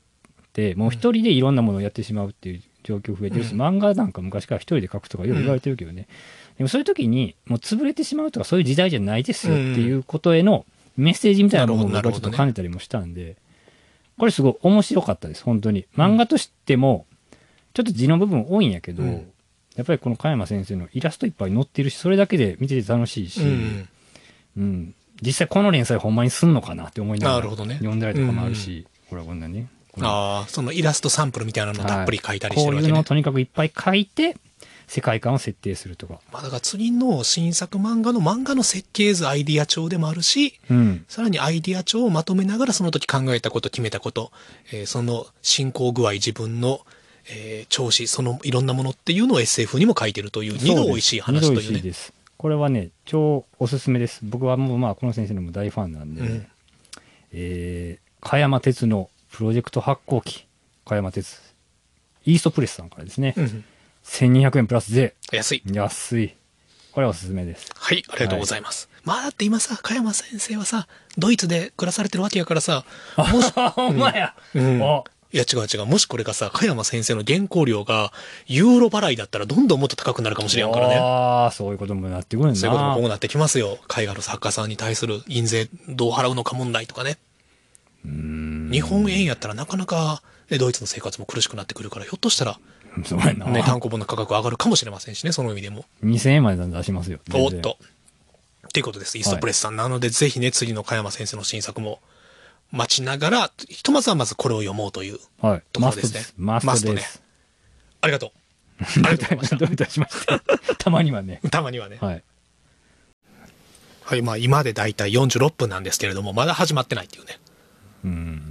もう一人でいろんなものをやってしまうっていう状況増えてるし、うん、漫画なんか昔から一人で書くとかよく言われてるけどね、うん、でもそういう時にもう潰れてしまうとかそういう時代じゃないですよっていうことへのメッセージみたいなものを僕はちょっと感じたりもしたんで、これすごい面白かったです本当に。漫画としてもちょっと字の部分多いんやけど、うん、やっぱりこの加山先生のイラストいっぱい載ってるし、それだけで見てて楽しいし、うんうん、実際この連載ほんまにすんのかなって思いながら読んだりとかもあるし、ほらこんなね、 ああ、そのイラストサンプルみたいなのをたっぷり書いたりしてるわけね。 はい、こういうのをとにかくいっぱい書いて世界観を設定するとか。 まあだから次の新作漫画の漫画の設計図アイディア帳でもあるし、うん、さらにアイディア帳をまとめながらその時考えたこと決めたこと、えー、その進行具合、自分の、えー、調子、そのいろんなものっていうのを エスエフ にも書いてるという二度美味しい話というね。二度美味しいです。 これはね超おすすめです。僕はもうまあこの先生のも大ファンなんで、ね、うん、えー、加山鉄のプロジェクト発行機、加山鉄イーストプレスさんからですね、うん、せんにひゃくえんプラス税。 安い安い。これはおすすめです。 はい、ありがとうございます。はい、まあだって今さ、加山先生はさドイツで暮らされてるわけやからさ、もしほんまや、 うんうん、いや違う違う、もしこれがさ加山先生の原稿料がユーロ払いだったらどんどんもっと高くなるかもしれんからね。 ああ、そういうこともなってくるんだ。 そういうこともこうなってきますよ。海外の作家さんに対する印税どう払うのか問題とかね。うーん、日本円やったらなかなかドイツの生活も苦しくなってくるから、ひょっとしたらそうやな、 ね、単行本の価格上がるかもしれませんしね、その意味でもにせんえんまで出しますよ。 おっとっていうことです、イーストプレスさん、はい、なのでぜひね次の加山先生の新作も待ちながら、ひとまずはまずこれを読もうというところですね。 マストです。マストです。 ありがとう。ありがとうございました。 どういたしまして。たまにはね。 たまにはね。 はい。 はい、まあ今でだいたいよんじゅうろっぷんなんですけれども、まだ始まってないっていうね。 うん。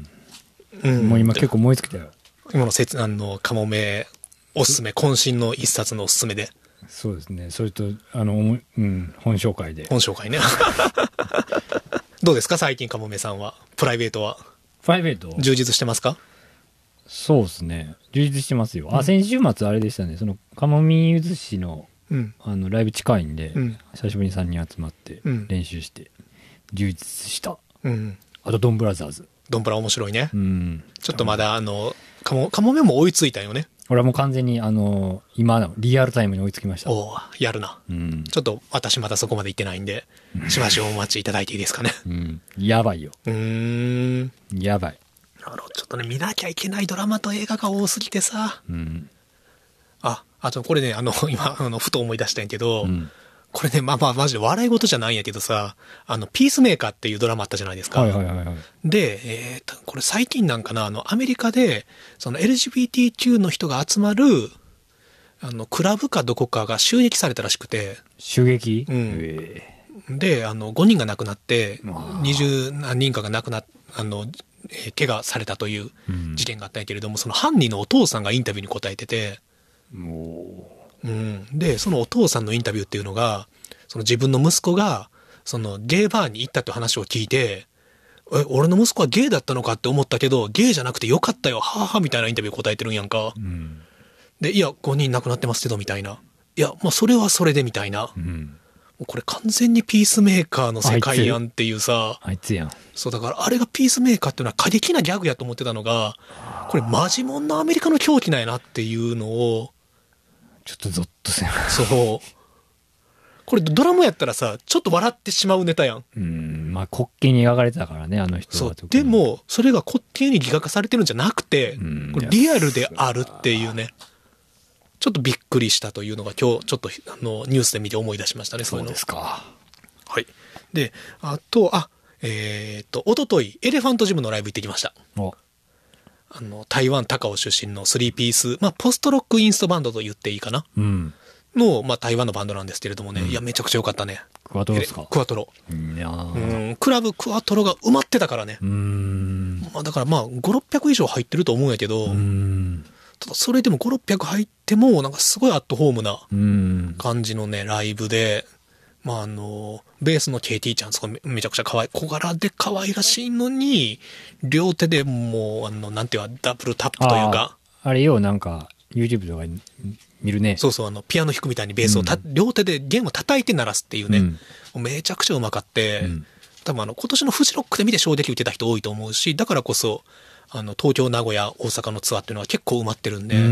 うん、もう今結構燃え尽きたよ。 今のせつあのカモメおすすめ、渾身の一冊のおすすめで。 そうですね。それとあの、うん、本紹介で。 本紹介ね。どうですか最近カモメさんは、プライベートは。 プライベート充実してますか？ そうですね。充実してますよ。うん、あ、先週末あれでしたね。そのカモミゆずしの、うん、あのライブ近いんで、うん、久しぶりにさんにん集まって練習して充実した。うん、あとドンブラザーズ。 ドンブラ面白いね。うん、ちょっとまだあのカモカモメも追いついたよね。 俺はもう完全にあの今のリアルタイムに追いつきました。 おお、やるな、うん、ちょっと私まだそこまで行ってないんで、しばしお待ちいただいていいですかね。 うん、やばいよ。うーん、やばい。 なるほど、ちょっとね見なきゃいけないドラマと映画が多すぎてさ、うん、ああとこれねあの今あのふと思い出したんやけど、うん、これねまあまあマジで笑い事じゃないんやけどさ、あのピースメーカーっていうドラマあったじゃないですか。 はいはいはいはい。 で、えー、これ最近なんかな、あのアメリカでその エルジービーティーキュー の人が集まるあのクラブかどこかが襲撃されたらしくて。 襲撃？ うん。で、あのごにんが亡くなってにじゅうなんにんかが亡くなっあの、えー、怪我されたという事件があったんやけれども、うん、その犯人のお父さんがインタビューに答えてて、うん、でそのお父さんのインタビューっていうのが、その自分の息子がそのゲイバーに行ったって話を聞いて、え俺の息子はゲイだったのかって思ったけどゲイじゃなくてよかったよはあはあみたいなインタビュー答えてるんやんか、うん、でいやごにん亡くなってますけどみたいな、いやまあそれはそれでみたいな、うん、もうこれ完全にピースメーカーの世界やんっていうさ、 あいつやん。 そうだからあれがピースメーカーっていうのは過激なギャグやと思ってたのが、これマジモンのアメリカの狂気なんやなっていうのをちょっとゾッとせん。 そう。これドラマやったらさ、ちょっと笑ってしまうネタやん。 うん、まあ滑稽に描かれてたからね、あの人は。 そう。でも、それが滑稽に擬画化されてるんじゃなくて、これリアルであるっていうね。ちょっとびっくりしたというのが今日、ちょっとあのニュースで見て思い出しましたね、 そういうの。そうですか。 はい。で、あと、あ、えー、っと、おととい、エレファントジムのライブ行ってきました。おあの台湾高雄出身のスリーピース、まあ、ポストロックインストバンドと言っていいかな、うん、の、まあ、台湾のバンドなんですけれどもね、うん、いやめちゃくちゃ良かったね。 クワトロですか？ クワトロ。いやうんクラブクワトロが埋まってたからね。うーん、まあ、だからまあごひゃくろっぴゃく以上入ってると思うんやけど、うーんただそれでもごひゃくろっぴゃく入ってもなんかすごいアットホームな感じのねライブで、まああのベースの ケーティー ちゃんすごいめちゃくちゃ可愛い小柄で可愛らしいのに、両手でもうあのなんていうかダブルタップというか、 あ, あれよなんか YouTube とか見るね。 そうそう、あのピアノ弾くみたいにベースをた、うん、両手で弦を叩いて鳴らすっていうね、うん、もうめちゃくちゃうまかって、うん、多分あの今年のフジロックで見て衝撃受けた人多いと思うし、だからこそあの、東京、名古屋、大阪のツアーっていうのは結構埋まってるんで、 うん、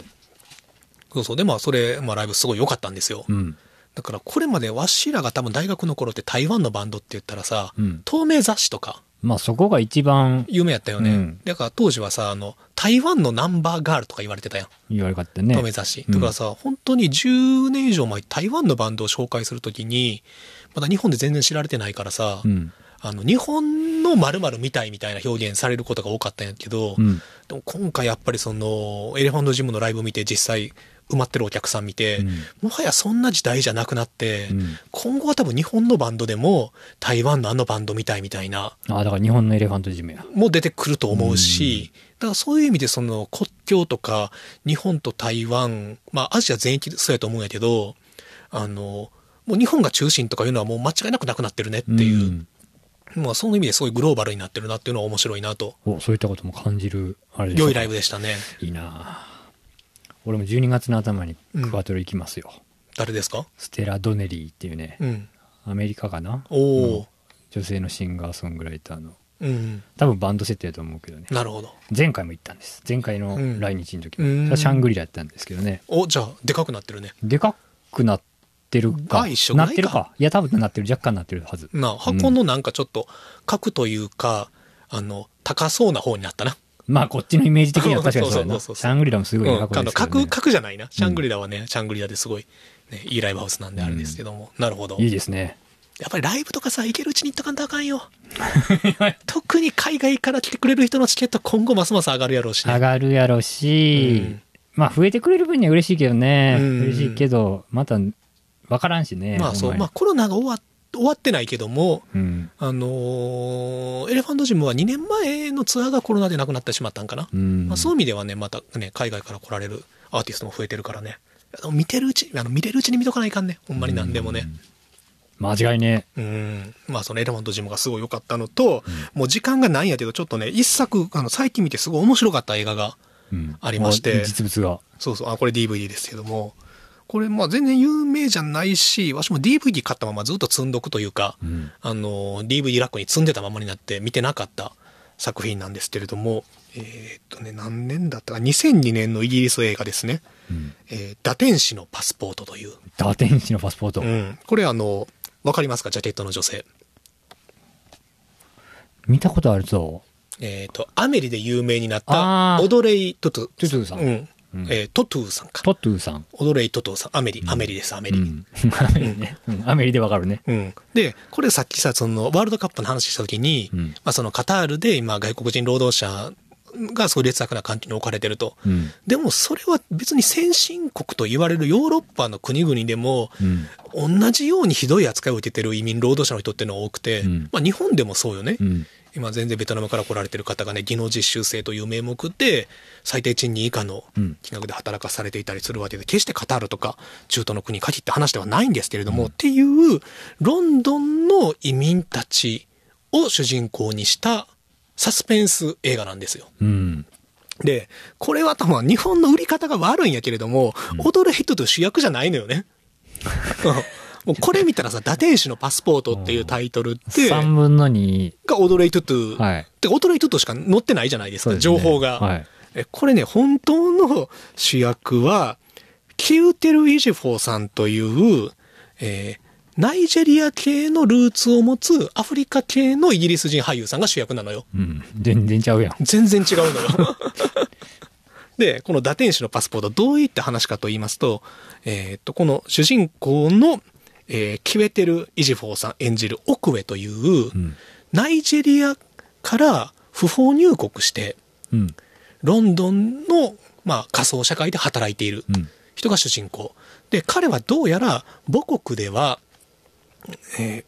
そうそう。で、まあ、それ、まあ、ライブすごい良かったんですよ。うん、だから、これまでわしらが多分大学の頃って台湾のバンドって言ったらさ、うん、透明雑誌とか、 まあそこが一番有名やったよね。うん、だから当時はさ、あの、台湾のナンバーガールとか言われてたやん。 言われかったね。 透明雑誌。だからさ、うん、本当にじゅうねん以上前、台湾のバンドを紹介するときに、まだ日本で全然知られてないからさ、うん、あの、日本の〇〇みたいみたいな表現されることが多かったんやけど、うん、でも今回やっぱりその、エレファントジムのライブ見て実際、埋まってるお客さん見て、うん、もはやそんな時代じゃなくなって、うん、今後は多分日本のバンドでも台湾のあのバンドみたいみたいな。 ああ、だから日本のエレファントジムや。 も出てくると思うし、うん、だからそういう意味でその国境とか日本と台湾、まあアジア全域そうやと思うんやけど、あの、もう日本が中心とかいうのはもう間違いなくなくなってるねっていう。うん、まあその意味ですごいグローバルになってるなっていうのは面白いなと。 お、そういったことも感じる、あれですね。 良いライブでしたね。 いいなぁ。俺もじゅうにがつの頭にクワトロ行きますよ。うん、 誰ですか？ ステラ・ドネリーっていうね、うん、アメリカかな、 お女性のシンガーソングライターの、 うん、 多分バンド設定だと思うけどね。 なるほど。 前回も行ったんです。前回の来日の時も、うん、シャングリラやったんですけどね。 お、じゃあでかくなってるね。 でかくなってるか。 あ、一緒ぐらいか。 なってるか。いや多分なってる、若干なってるはず。 な箱のなんかちょっと角というか、うん、あの高そうな方になったな。 まあこっちのイメージ的には確かにそうだな。シャングリラもすごい箱ですけどね。角、角じゃないな。シャングリラはね、うん、シャングリラですごい、ね、いいライブハウスなんであれですけども。うん、なるほど。 いいですね。 やっぱりライブとかさ、行けるうちに行っとかんとあかんよ。特に海外から来てくれる人のチケット今後ますます上がるやろうしね。 上がるやろうし、うん、まあ増えてくれる分には嬉しいけどね。うん、嬉しいけど、また分からんしね。 まあそう。まあコロナが終わって、終わってないけども、うん、あのー、エレファントジムはにねんまえのツアーがコロナでなくなってしまったんかな。うん、まあ、そういう意味ではね、またね、海外から来られるアーティストも増えてるからね。見てるうち、あの見れるうちに見とかないかんね。ほんまになんでもね。 間違いね。 うん。まあそのエレファントジムがすごい良かったのと、うん、もう時間がないんやけど、ちょっとね、一作、あの、最近見てすごい面白かった映画がありまして。 うん、実物が。 そうそう、あ、これ ディーブイディー ですけども、これまあ全然有名じゃないし、わしも ディーブイディー 買ったままずっと積んどくというか、うん、あの、ディーブイディー ラックに積んでたままになって見てなかった作品なんですけれども、えー、っとね、何年だったか、にせんにねんのイギリス映画ですね。うん、えー、打天使のパスポートという。 打天使のパスポート。 うん。これあの、わかりますか？ジャケットの女性。 見たことあるぞ。 えー、っと、アメリで有名になったオドレイ・トゥトゥ。 トゥトゥさん。 うん。うん、えー、トトゥーさんか。 トトゥーさん。 オドレイ・トトゥーさん。アメリ、アメリです、アメリ。うん、 アメリね、うん。アメリでわかるね。 うん。で、これさっきさ、その、ワールドカップの話したときに、うん、まあそのカタールで今外国人労働者がそういう劣悪な環境に置かれてると。うん、でもそれは別に先進国と言われるヨーロッパの国々でも、うん、同じようにひどい扱いを受けてる移民労働者の人っていうのが多くて、うん、まあ日本でもそうよね。うん今全然ベトナムから来られてる方がね、技能実習生という名目で最低賃金以下の金額で働かされていたりするわけで、決してカタールとか中東の国に限って話ではないんですけれども、うん、っていうロンドンの移民たちを主人公にしたサスペンス映画なんですよ。うん、で、これは多分日本の売り方が悪いんやけれども、うん、オドレイ・トゥトゥ主役じゃないのよね。もうこれ見たらさ、打天使のパスポートっていうタイトルって、 さんぶんのにがオドレイ・トゥトゥ、はい、でオドレイ・トゥトゥしか載ってないじゃないですか、すね、情報が、はい、え。これね、本当の主役は、キウテル・イジフォーさんという、えー、ナイジェリア系のルーツを持つアフリカ系のイギリス人俳優さんが主役なのよ。 うん、全然ちゃうやん。 全然違うのよ。で、この打天使のパスポート、どういった話かと言いますと、えー、っと、この主人公のえー、キウェテル・イジフォーさん演じるオクウェという、うん、ナイジェリアから不法入国して、うん、ロンドンの、まあ、仮想社会で働いている人が主人公。で、彼はどうやら母国では、え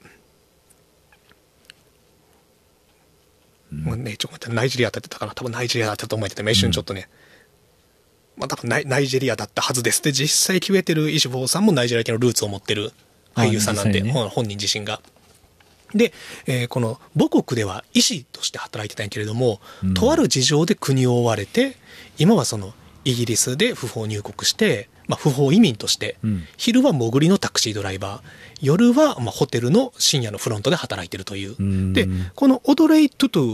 ーうん、もうね、ちょっと待って、ナイジェリアだったかな、多分ナイジェリアだったと思ってて、一瞬ちょっとね、うん、まあ多分ナイ、ナイジェリアだったはずです。で、実際キウェテル・イジフォーさんもナイジェリア系のルーツを持ってる俳優さんなんで、ね、本人自身が。で、えー、この母国では医師として働いてたんやけれども、うん、とある事情で国を追われて、今はそのイギリスで不法入国して、まあ、不法移民として、うん、昼は潜りのタクシードライバー、夜はまあホテルの深夜のフロントで働いてるという。うん、で、このオドレイ・トゥトゥ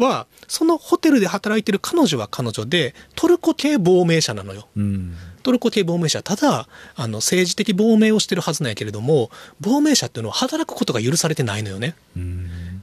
は、そのホテルで働いてる彼女は彼女で、トルコ系亡命者なのよ。うん、トルコ系亡命者。ただ、あの、政治的亡命をしてるはずなんやけれども、亡命者っていうのは働くことが許されてないのよね。うん、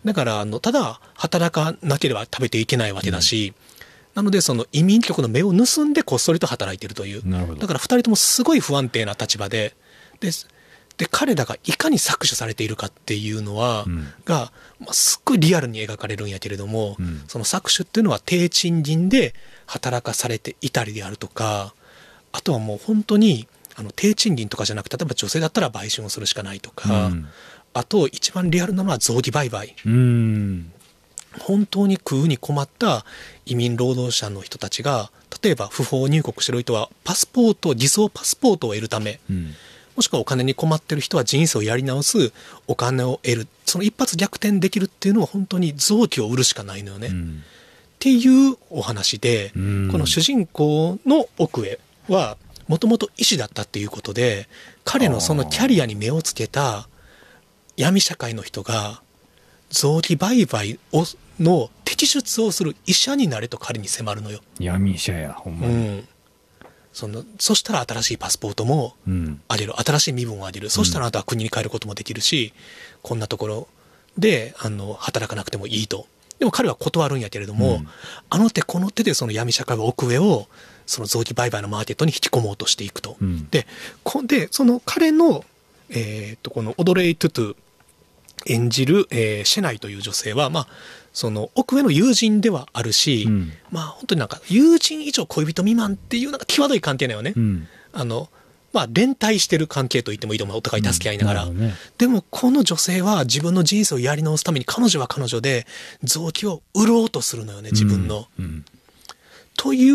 だから、あの、ただ、働かなければ食べていけないわけだし、うんなので、その移民局の目を盗んでこっそりと働いているという。だから二人ともすごい不安定な立場で、で、で彼らがいかに搾取されているかっていうのは、うん、が、まあ、すっごいリアルに描かれるんやけれども、うん、その搾取っていうのは低賃金で働かされていたりであるとか、あとはもう本当に、あの、低賃金とかじゃなくて、例えば女性だったら売春をするしかないとか、うん、あと一番リアルなのは臓器売買。うん本当に食うに困った移民労働者の人たちが、例えば不法入国している人はパスポート、偽装パスポートを得るため、うん、もしくはお金に困っている人は人生をやり直すお金を得る、その一発逆転できるっていうのは本当に臓器を売るしかないのよね。うん、っていうお話で、うん、この主人公の奥へはもともと医師だったっていうことで、彼のそのキャリアに目をつけた闇社会の人が、臓器売買をの摘出をする医者になれと彼に迫るのよ。 闇医者やほんまに、うん、 そのそしたら新しいパスポートもあげる、うん、新しい身分をあげる、そしたらあなたは国に帰ることもできるし、うん、こんなところであの働かなくてもいいと。でも彼は断るんやけれども、うん、あの手この手でその闇社会は奥上をその臓器売買のマーケットに引き込もうとしていくと、うん、で, こでその彼の、えー、とこのオドレイ・トゥトゥ演じる、えー、シェナイという女性は、まあ、その奥上の友人ではあるし、うん、まあ本当になんか友人以上恋人未満っていうなんか際どい関係だよね。うん、あの、まあ連帯してる関係と言ってもいいと思う。お互い助け合いながら。うんね、でもこの女性は自分の人生をやり直すために彼女は彼女で臓器を売ろうとするのよね、自分の。うんうん、という、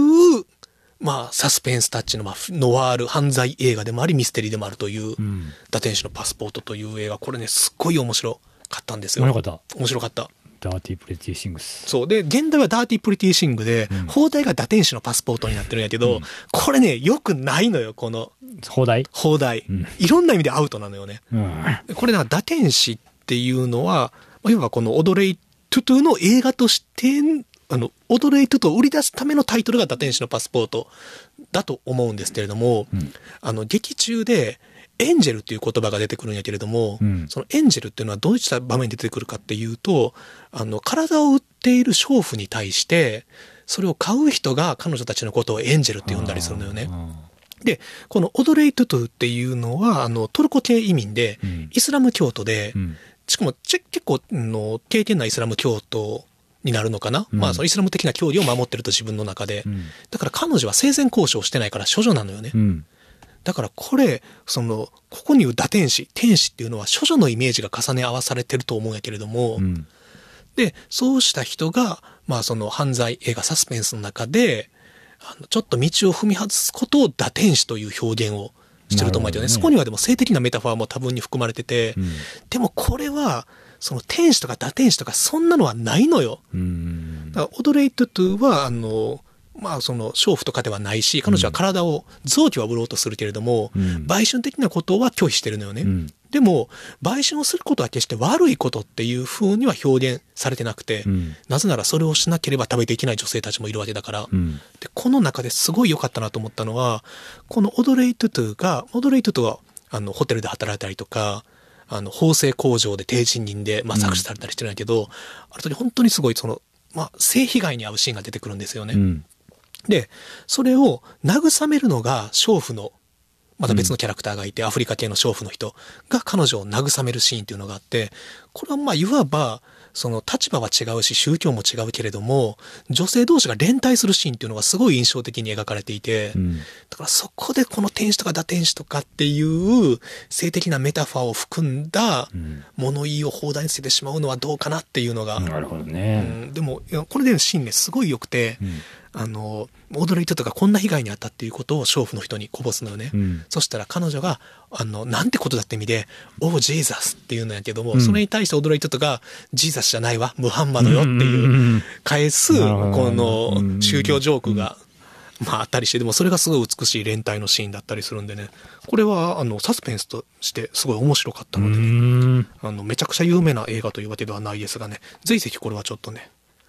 まあサスペンスタッチの、まあ、ノワール犯罪映画でもありミステリーでもあるという、うん、堕天使のパスポートという映画、これねすっごい面白かったんですよ。 面白かった。 面白かった。 ダーティープリティーシングス。 そうで現代はダーティープリティーシングで、うん、放題が堕天使のパスポートになってるんやけど、うん、これねよくないのよこの放題放題、うん、いろんな意味でアウトなのよね。うん、これなんか堕天使っていうのは、まあ、いわばこのオドレイ・トゥトゥの映画としてあのオドレイ・トゥトゥを売り出すためのタイトルが堕天使のパスポートだと思うんですけれども、うん、あの劇中でエンジェルっていう言葉が出てくるんやけれども、うん、そのエンジェルっていうのはどういった場面で出てくるかっていうと、あの体を売っている娼婦に対してそれを買う人が彼女たちのことをエンジェルって呼んだりするのよね。でこのオドレイ・トゥトゥっていうのはあのトルコ系移民で、うん、イスラム教徒で、うん、しかも結構の敬虔なイスラム教徒になるのかな、うん、まあそのイスラム的な教義を守ってると自分の中で、うん、だから彼女は生前交渉してないから処女なのよね。うん、だからこれそのここに言う堕天使天使っていうのは処女のイメージが重ね合わされてると思うんやけれども、うん、でそうした人がまあその犯罪映画サスペンスの中であのちょっと道を踏み外すことを堕天使という表現をしてると思うんだよね。そこにはでも性的なメタファーも多分に含まれてて、うん、でもこれはその天使とか堕天使とかそんなのはないのよ。うんだからオドレイ・トゥトゥはあのまあその娼婦とかではないし、彼女は体を臓器は売ろうとするけれども、うん、売春的なことは拒否してるのよね。うん、でも売春をすることは決して悪いことっていう風には表現されてなくて、うん、なぜならそれをしなければ食べていけない女性たちもいるわけだから、うん、でこの中ですごい良かったなと思ったのは、このオドレイ・トゥトゥがオドレイ・トゥトゥはあのホテルで働いたりとか。あの縫製工場で低賃金で、まあ、搾取されたりしてるんだけど、うん、ある時本当にすごいその、まあ、性被害に遭うシーンが出てくるんですよね。うん、でそれを慰めるのが娼婦のまた別のキャラクターがいて、うん、アフリカ系の娼婦の人が彼女を慰めるシーンっていうのがあって、これはまあいわばその立場は違うし宗教も違うけれども女性同士が連帯するシーンっていうのがすごい印象的に描かれていて、うん、だからそこでこの天使とか堕天使とかっていう性的なメタファーを含んだ物言いを放題にせてしまうのはどうかなっていうのが、 なるほどね、 うん、でもこれでのシーンねすごい良くて、うん、あのオドレイ・トゥトゥがこんな被害に遭ったっていうことを娼婦の人にこぼすのよね、うん、そしたら彼女があのなんてことだって意味でオージーザスっていうんだけども、うん、それに対してオドレイ・トゥトゥがジーザスじゃないわムハンマドよっていう返すこの宗教ジョークがまああったりして、でもそれがすごい美しい連帯のシーンだったりするんでね、これはあのサスペンスとしてすごい面白かったのでね、あのめちゃくちゃ有名な映画というわけではないですがね、ぜひぜひこれはちょっとねか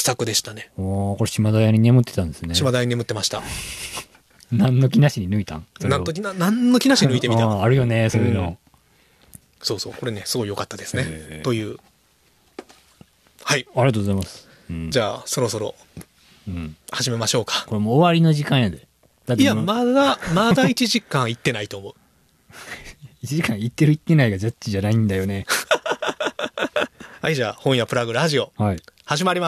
作でしたね。 おー、これ島田屋に眠ってたんですね。 島田屋に眠ってました。 何の気なしに抜いたん？ 何の気な、何の気なしに抜いてみた。 あ, あるよね、そういうの、うん。 そうそう、これね、すごい良かったですね。という。はい。 ありがとうございます。 うん、じゃあ、そろそろ、始めましょうか。 これもう終わりの時間やで。 だっていや、まだ、まだいちじかん行ってないと思う。 いちじかん行ってる行ってないがジャッジじゃないんだよね。 はい、じゃあ、本屋プラグラジオ。 はい。 始まります。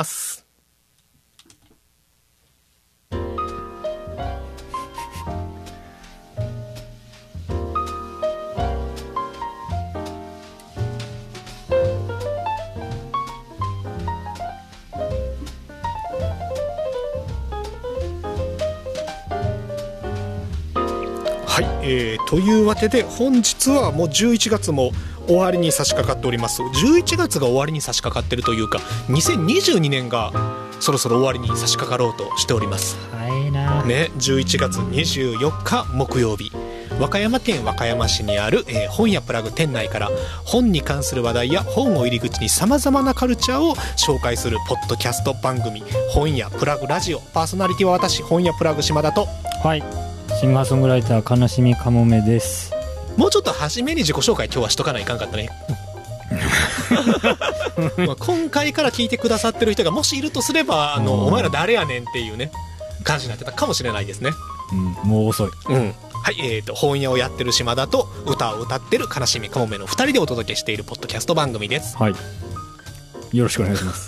はい、えー、というわけで本日はもうじゅういちがつも終わりに差し掛かっております。じゅういちがつが終わりに差し掛かってるというか、にせんにじゅうにねんがそろそろ終わりに差し掛かろうとしております。 はいな、 ね、じゅういちがつにじゅうよっか木曜日、和歌山県和歌山市にある、えー、本屋プラグ店内から本に関する話題や本を入り口にさまざまなカルチャーを紹介するポッドキャスト番組、本屋プラグラジオ。パーソナリティは私、本屋プラグ島田と、 はい、シンガーソングライター悲しみかもめです。 もうちょっと初めに自己紹介今日はしとかないかんかったね。まあ今回から聞いてくださってる人がもしいるとすれば、あのお前ら誰やねんっていうね感じになってたかもしれないですね。 うん、もう遅い。 うん、はい、えーと本屋をやってる島田と歌を歌ってる悲しみかもめのふたりでお届けしているポッドキャスト番組です。 はい、よろしくお願いします。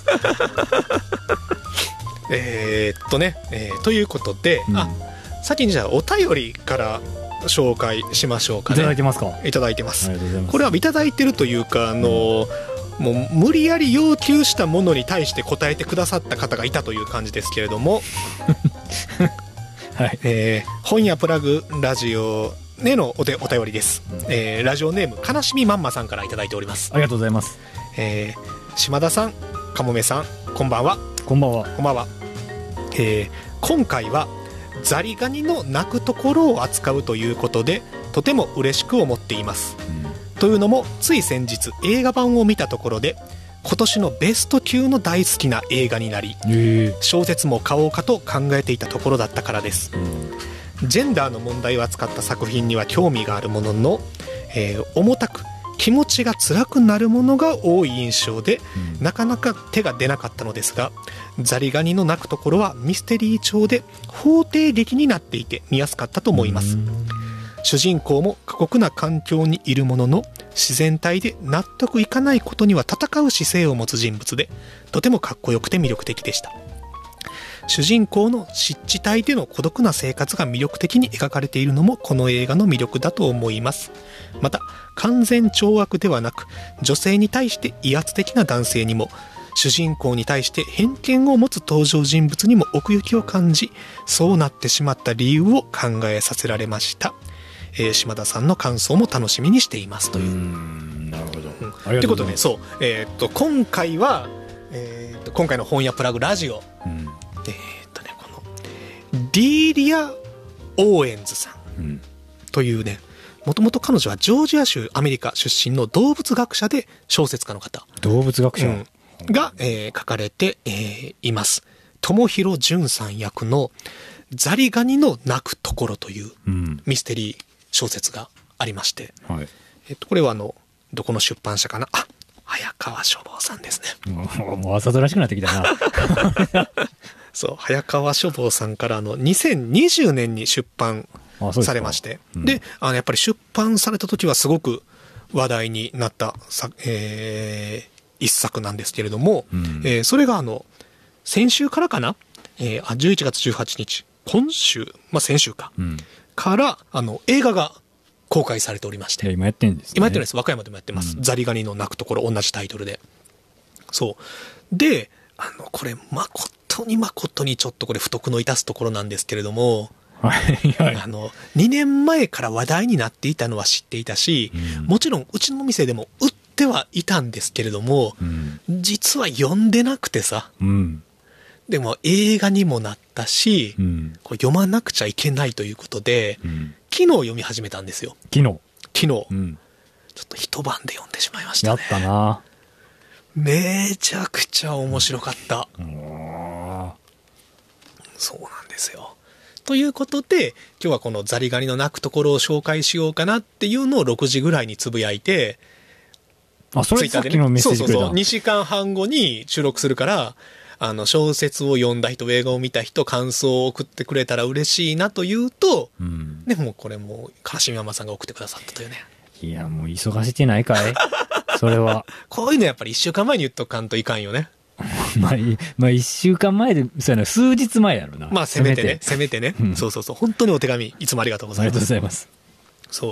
えーっとね、えー、ということで、うん、あ、先にじゃあお便りから紹介しましょうかね。 いただいてますか？ いただいてます。 ありがとうございます。 これはいただいてるというか、あの、うん、もう無理やり要求したものに対して答えてくださった方がいたという感じですけれども、 はい、 えー、本屋プラグラジオへのお, お便りです、うん、えー、ラジオネーム悲しみまんまさんからいただいております。 ありがとうございます。 えー、島田さん、かもめさん、こんばんは。 こんばんは。 こんばんは。えー、今回はザリガニの鳴くところを扱うということでとても嬉しく思っています、うん、というのもつい先日映画版を見たところで今年のベスト級の大好きな映画になり、小説も買おうかと考えていたところだったからです、うん、ジェンダーの問題を扱った作品には興味があるものの、えー、重たく気持ちが辛くなるものが多い印象で、うん、なかなか手が出なかったのですが、ザリガニの鳴くところはミステリー調で法廷劇になっていて見やすかったと思います。主人公も過酷な環境にいるものの自然体で納得いかないことには戦う姿勢を持つ人物で、とてもかっこよくて魅力的でした。主人公の湿地帯での孤独な生活が魅力的に描かれているのもこの映画の魅力だと思います。また完全懲悪ではなく、女性に対して威圧的な男性にも、主人公に対して偏見を持つ登場人物にも奥行きを感じ、そうなってしまった理由を考えさせられました。えー、島田さんの感想も楽しみにしていますという。うーん、 なるほど。 うん、ということで、そう、えー、っと今回は、えー、っと今回の本屋プラグラジオ、うん、えー、っとねこのディーリア・オーエンズさん、うん、というね、もともと彼女はジョージア州アメリカ出身の動物学者で小説家の方。 動物学者、うん、 が、えー、書かれて、えー、います。友広淳さん役のザリガニの鳴くところというミステリー小説がありまして、 うん、はい、 えっと、これはあのどこの出版社かな、あ、早川書房さんですね。 もう朝ドラしくなってきたな。 そう、早川書房さんからのにせんにじゅうねんに出版されまして、で、うん、であのやっぱり出版された時はすごく話題になったさ、えー一作なんですけれども、うん、えー、それがあの先週からかな、えー、あじゅういちがつじゅうはちにち、今週、まあ、先週か、うん、からあの映画が公開されておりまして、 今やってるんですね。 今やってるんです。和歌山でもやってます、うん、ザリガニの鳴くところ、同じタイトルで。そうで、あのこれ誠に誠にちょっとこれ不徳の致すところなんですけれども、 はいはい、 あのにねんまえから話題になっていたのは知っていたし、うん、もちろんうちの店でも売ってはいたんですけれども、うん、実は読んでなくてさ、うん、でも映画にもなったし、うん、これ読まなくちゃいけないということで、うん、昨日読み始めたんですよ。 昨日昨日、 うん、 ちょっと一晩で読んでしまいましたね。 やったな。 めちゃくちゃ面白かった。 そうなんですよ。ということで、今日はこのザリガニの鳴くところを紹介しようかなっていうのをろくじぐらいにつぶやいて、 あ、それさっきのメッセージくれた。 そうそうそう。にじかんはんごに収録するから、あの、小説を読んだ人、映画を見た人、感想を送ってくれたら嬉しいなというと、うん、でもこれもう、川島山さんが送ってくださったというね。 いや、もう忙しいてないかいそれは。 こういうのやっぱりいっしゅうかんまえに言っとかんといかんよね。 まあ、まあ、一週間前で、そうやな、数日前やろな。 まあ、せめてね、せめてね、うん。そうそうそう。本当にお手紙、いつもありがとうございます。 ありがとうございます。 そう。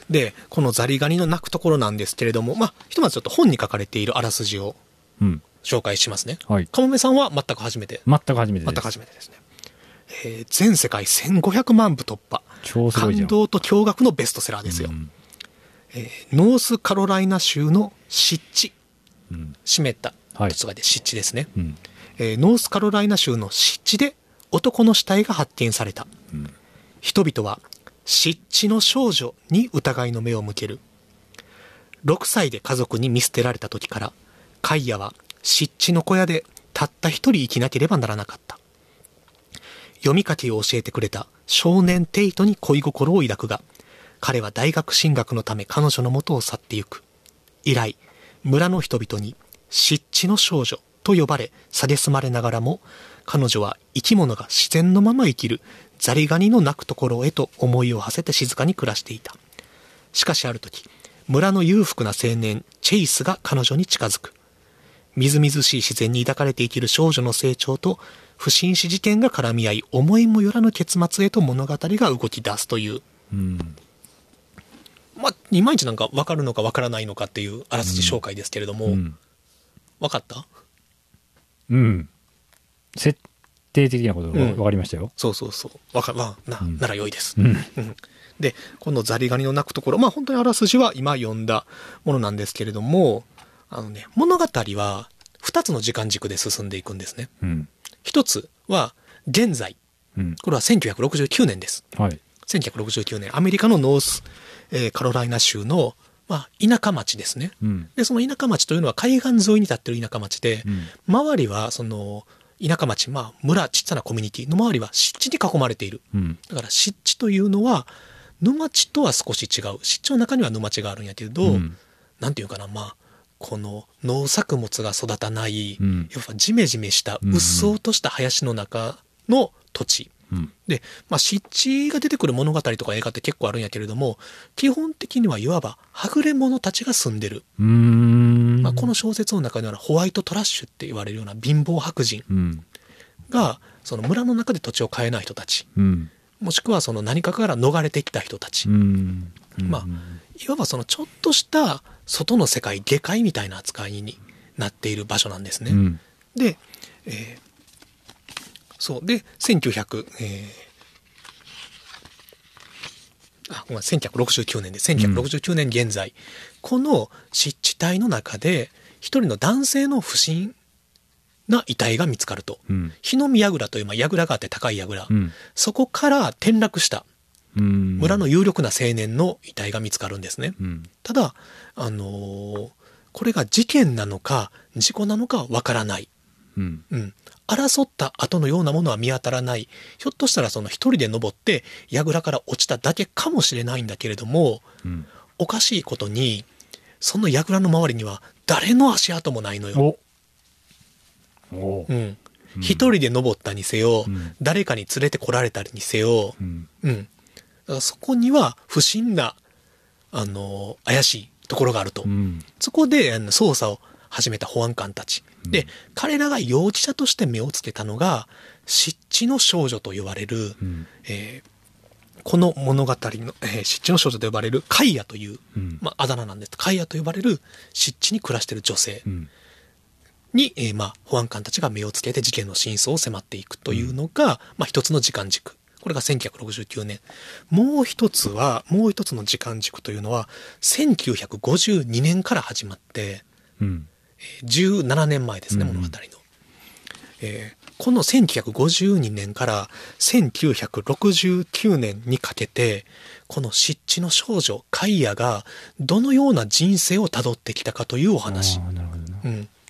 で、このザリガニの鳴くところなんですけれども、まあ、ひとまずちょっと本に書かれているあらすじを紹介しますね。うん、はい。かもめさんは全く初めて。 全く初めてです。 全く初めてですね。えー、全世界せんごひゃくまんぶ突破。 超すごいじゃん。 感動と驚愕のベストセラーですよ。うん、えー、ノースカロライナ州の湿地。うん、湿った土地で湿地ですね。はい、うんえー、ノースカロライナ州の湿地で男の死体が発見された。うん、人々は湿地の少女に疑いの目を向ける。ろくさいで家族に見捨てられた時から、カイヤは湿地の小屋でたった一人生きなければならなかった。読み書きを教えてくれた少年テイトに恋心を抱くが、彼は大学進学のため彼女の元を去ってゆく。以来、村の人々に湿地の少女と呼ばれ、蔑まれながらも、彼女は生き物が自然のまま生きるザリガニの鳴くところへと思いを馳せて静かに暮らしていた。しかしある時、村の裕福な青年チェイスが彼女に近づく。みずみずしい自然に抱かれて生きる少女の成長と不審死事件が絡み合い、思いもよらぬ結末へと物語が動き出すという。うん、まあ、いまいちなんか分かるのか分からないのかっていうあらすじ紹介ですけれども、うんうん、分かった？ うん。設定的なことが分かりましたよ。うん、 そうそうそう。わか、まあ、な、うん、なら良いです。うんうん、で、このザリガニの鳴くところ、まあ本当にあらすじは今読んだものなんですけれども、あのね、物語はふたつの時間軸で進んでいくんですね。うん、ひとつは現在。うん、これはせんきゅうひゃくろくじゅうきゅうねんです。はい、せんきゅうひゃくろくじゅうきゅうねん、アメリカのノース、えー、カロライナ州のまあ、田舎町ですね、うん、でその田舎町というのは海岸沿いに立っている田舎町で、うん、周りはその田舎町、まあ、村ちっちゃなコミュニティの周りは湿地に囲まれている、うん、だから湿地というのは沼地とは少し違う。湿地の中には沼地があるんやけど、うん、なんていうかな、まあこの農作物が育たない、うん、やっぱジメジメしたうっそうとした林の中の土地、うん、で、まあ、湿地が出てくる物語とか映画って結構あるんやけれども、基本的にはいわばはぐれ者たちが住んでる。うーん、まあ、この小説の中ではホワイトトラッシュって言われるような貧乏白人が、その村の中で土地を買えない人たち、うん、もしくはその何かから逃れてきた人たち、うんうん、まあいわばそのちょっとした外の世界、下界みたいな扱いになっている場所なんですね。うん、で、えーそうでせんきゅうひゃく、えー、あごめんせんきゅうひゃくろくじゅうきゅうねんでせんきゅうひゃくろくじゅうきゅうねん現在、うん、この湿地帯の中で一人の男性の不審な遺体が見つかると、うん、日の見櫓という、まあ、櫓があって高い櫓、うん、そこから転落した村の有力な青年の遺体が見つかるんですね。うん、ただ、あのー、これが事件なのか事故なのかわからない。うんうん、争った後のようなものは見当たらない。ひょっとしたらその一人で登って櫓から落ちただけかもしれないんだけれども、うん、おかしいことにその櫓の周りには誰の足跡もないのよ。おお、うん、一人で登ったにせよ、うん、誰かに連れてこられたりにせよ、うんうん、だからそこには不審な、あのー、怪しいところがあると、うん、そこであの捜査を始めた保安官たちで、うん、彼らが容疑者として目をつけたのが湿地の少女と呼ばれる、うんえー、この物語の、えー、湿地の少女と呼ばれるカイヤという、うんまあ、あだ名なんです。カイヤと呼ばれる湿地に暮らしている女性に、うんえーまあ、保安官たちが目をつけて事件の真相を迫っていくというのが、うんまあ、一つの時間軸。これがせんきゅうひゃくろくじゅうきゅうねん。もう一つはもう一つの時間軸というのはせんきゅうひゃくごじゅうにねんから始まって、うんじゅうななねんまえですね、物語の、うんえー、このせんきゅうひゃくごじゅうにねんからせんきゅうひゃくろくじゅうきゅうねんにかけてこの湿地の少女カイヤがどのような人生をたどってきたかというお話。なるほどな、うん、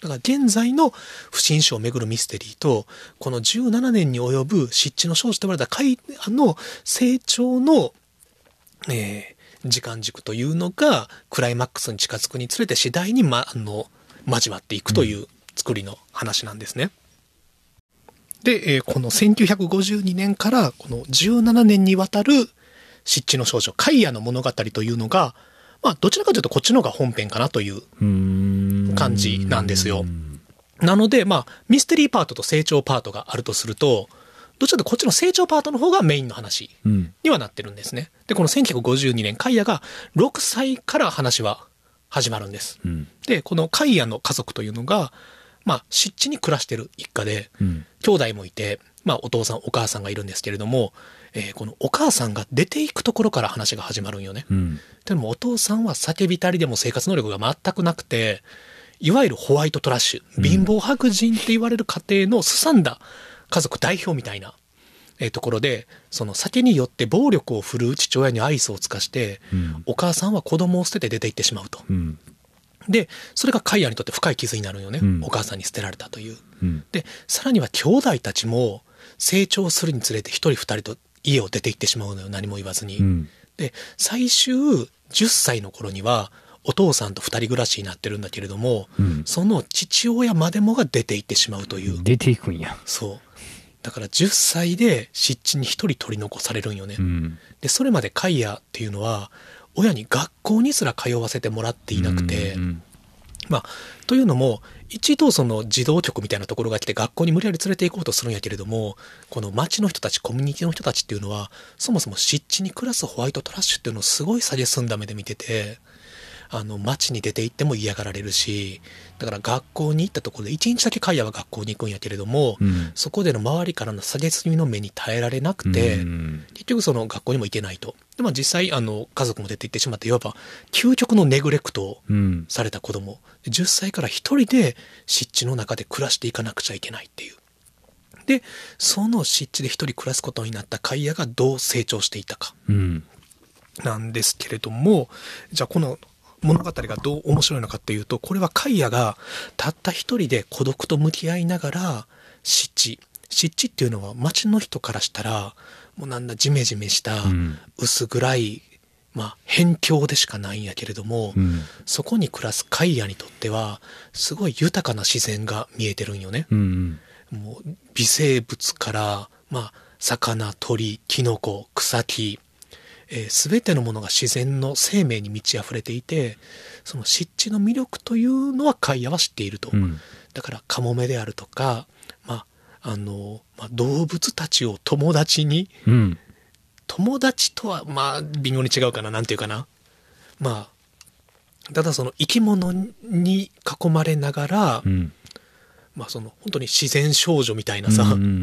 だから現在の不審死をめぐるミステリーと、このじゅうななねんに及ぶ湿地の少女と呼ばれたカイヤの成長の、えー、時間軸というのが、クライマックスに近づくにつれて次第に、ま、あの、交わっていくという作りの話なんですね。うん、で、えー、このせんきゅうひゃくごじゅうにねんからこのじゅうななねんにわたる湿地の少女、カイヤの物語というのが、まあ、どちらかというとこっちの方が本編かなという感じなんですよ。なので、まあ、ミステリーパートと成長パートがあるとすると、どちらかというとこっちの成長パートの方がメインの話にはなってるんですね。で、このせんきゅうひゃくごじゅうにねん、カイヤがろくさいから話は始まるんです。うん、で、このカイヤの家族というのが、まあ、湿地に暮らしてる一家で、うん、兄弟もいて、まあ、お父さん、お母さんがいるんですけれども、えー、このお母さんが出ていくところから話が始まるんよね。うん、でもお父さんは叫びたりでも生活能力が全くなくて、いわゆるホワイトトラッシュ、貧乏白人って言われる家庭のすさんだ家族代表みたいな、えー、ところで、その酒によって暴力を振るう父親に愛想を尽かして、うん、お母さんは子供を捨てて出て行ってしまうと。うん、で、それがカイヤにとって深い傷になるよね。うん、お母さんに捨てられたという。うん、で、さらには兄弟たちも成長するにつれて一人二人と家を出て行ってしまうのよ。何も言わずに。うん、で、最終じゅっさいの頃にはお父さんと二人暮らしになってるんだけれども、うん、その父親までもが出て行ってしまうという。 出ていくんや。 そう。だからじゅっさいで湿地に一人取り残されるんよね。うん、で、それまでカイヤっていうのは親に学校にすら通わせてもらっていなくて、うんうん、まあ、というのも、一度その児童局みたいなところが来て学校に無理やり連れて行こうとするんやけれども、この町の人たち、コミュニティの人たちっていうのは、そもそも湿地に暮らすホワイトトラッシュっていうのをすごい蔑んだ目で見てて、あの、町に出て行っても嫌がられるし、だから学校に行ったところで、一日だけカイヤは学校に行くんやけれども、うん、そこでの周りからの蔑みの目に耐えられなくて、うん、結局その学校にも行けないと。で、まあ実際、あの、家族も出て行ってしまって、いわば究極のネグレクトをされた子供。うん、じゅっさいから一人で湿地の中で暮らしていかなくちゃいけないっていう。で、その湿地で一人暮らすことになったカイヤがどう成長していたか。うん、なんですけれども、じゃあこの物語がどう面白いのかっていうと、これはカイヤがたった一人で孤独と向き合いながら湿地湿地っていうのは町の人からしたらもうなんだジメジメした薄暗い、まあ辺境でしかないんやけれども、うん、そこに暮らすカイヤにとってはすごい豊かな自然が見えてるんよね。うんうん、もう微生物からまあ魚、鳥、キノコ、草木、えー、全てのものが自然の生命に満ち溢れていて、その湿地の魅力というのはカイヤは知っていると。うん、だからカモメであるとか、まああのまあ、動物たちを友達に、うん、友達とはまあ微妙に違うかな、なんていうかな、まあただその生き物に囲まれながら、うん、まあその本当に自然少女みたいなさ、うんうんうん、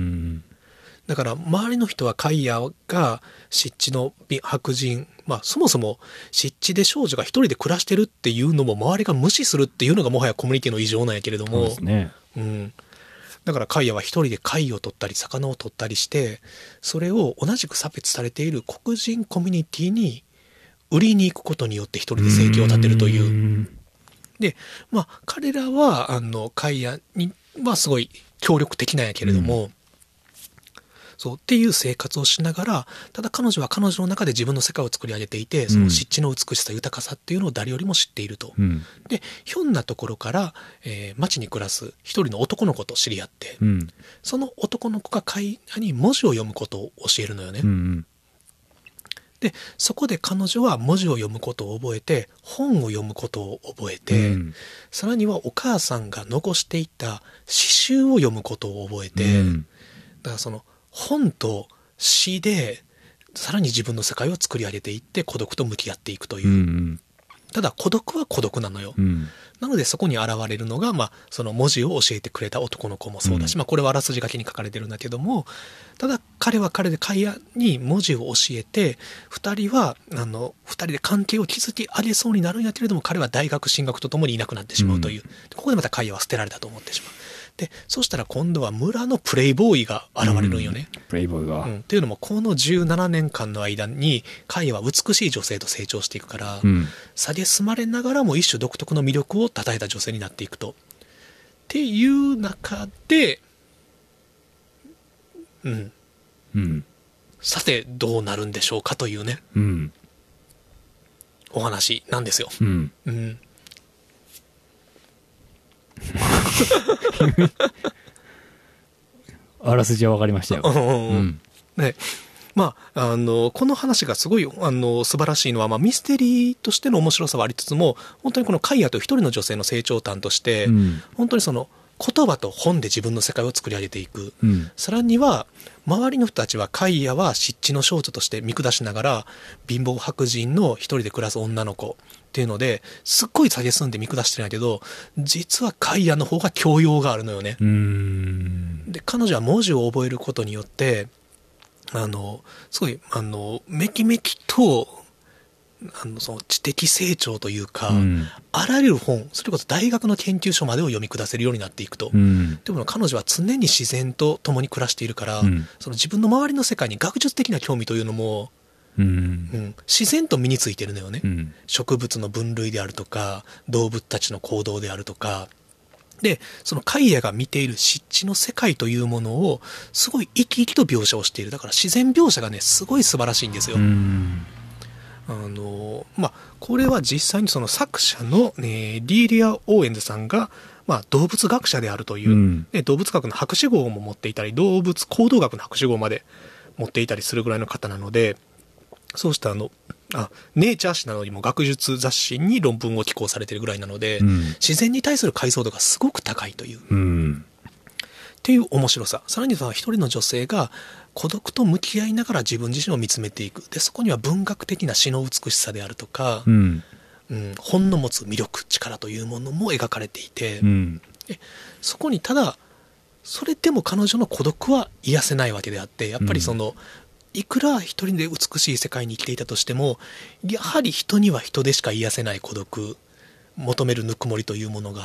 だから周りの人はカイヤが湿地の白人、まあそもそも湿地で少女が一人で暮らしてるっていうのも周りが無視するっていうのがもはやコミュニティの異常なんやけれども、そうですね、うん、だからカイヤは一人で貝を取ったり魚を取ったりして、それを同じく差別されている黒人コミュニティに売りに行くことによって一人で生計を立てるという。で、まあ彼らはあのカイヤにはすごい協力的なんやけれども、うん、そうっていう生活をしながら、ただ彼女は彼女の中で自分の世界を作り上げていて、その湿地の美しさ豊かさっていうのを誰よりも知っていると、うん、でひょんなところから、えー、町に暮らす一人の男の子と知り合って、うん、その男の子が絵画に文字を読むことを教えるのよね、うんうん、でそこで彼女は文字を読むことを覚えて、本を読むことを覚えて、うん、さらにはお母さんが残していた詩集を読むことを覚えて、うん、だからその本と詩でさらに自分の世界を作り上げていって孤独と向き合っていくという、うんうん、ただ孤独は孤独なのよ、うん、なのでそこに現れるのが、まあ、その文字を教えてくれた男の子もそうだし、うん、まあ、これはあらすじ書きに書かれてるんだけども、ただ彼は彼でカイヤに文字を教えて、二人はあの二人で関係を築き上げそうになるんやけれども、彼は大学進学とともにいなくなってしまうという、うん、ここでまたカイヤは捨てられたと思ってしまう。でそしたら今度は村のプレイボーイが現れるんよね、 うん、プレイボーイが、 うん、っていうのもこのじゅうななねんかんの間にカイヤは美しい女性と成長していくから、うん、蔑まれながらも一種独特の魅力を称えた女性になっていくと。 っていう中で、うん。 うん。 さて、どうなるんでしょうかというね。 うん。 お話なんですよ。 うん。 うん。 あらすじは分かりましたよ。 うん。ね。まあ、あの、この話がすごい、あの、素晴らしいのは、まあ、ミステリーとしての面白さはありつつも、本当にこのカイヤと一人の女性の成長譚として、うん、本当にその、言葉と本で自分の世界を作り上げていく。うん、さらには、周りの人たちはカイヤは湿地の少女として見下しながら、貧乏白人の一人で暮らす女の子っていうので、すっごい蔑んで見下してるんだけど、実はカイヤの方が教養があるのよね。 うーん。 で、彼女は文字を覚えることによって、あの、すごい、あの、めきめきと、あの、その知的成長というか、うん、あらゆる本、それこそ大学の研究所までを読み下せるようになっていくと。うん、でも彼女は常に自然と共に暮らしているから、うん、その自分の周りの世界に学術的な興味というのも、うんうん、自然と身についてるのよね、うん。植物の分類であるとか、動物たちの行動であるとか、で、そのカイヤが見ている湿地の世界というものを、すごい生き生きと描写をしている。だから自然描写がね、すごい素晴らしいんですよ。うんあの、まあ、これは実際にその作者の、ね、リーリア・オーエンズさんが、まあ、動物学者であるという、うん、で動物学の博士号も持っていたり、動物行動学の博士号まで持っていたりするぐらいの方なので、そうしたあの、あ、ネイチャー誌などにも学術雑誌に論文を寄稿されているぐらいなので、うん、自然に対する解像度がすごく高いという、うん、っていう面白さ。さらには一人の女性が孤独と向き合いながら自分自身を見つめていく。で、そこには文学的な詩の美しさであるとか、うんうん、本の持つ魅力、力というものも描かれていて、うん、でそこにただ、それでも彼女の孤独は癒せないわけであって、やっぱりその、うんいくら一人で美しい世界に生きていたとしても、やはり人には人でしか癒せない孤独、求めるぬくもりというものがあって、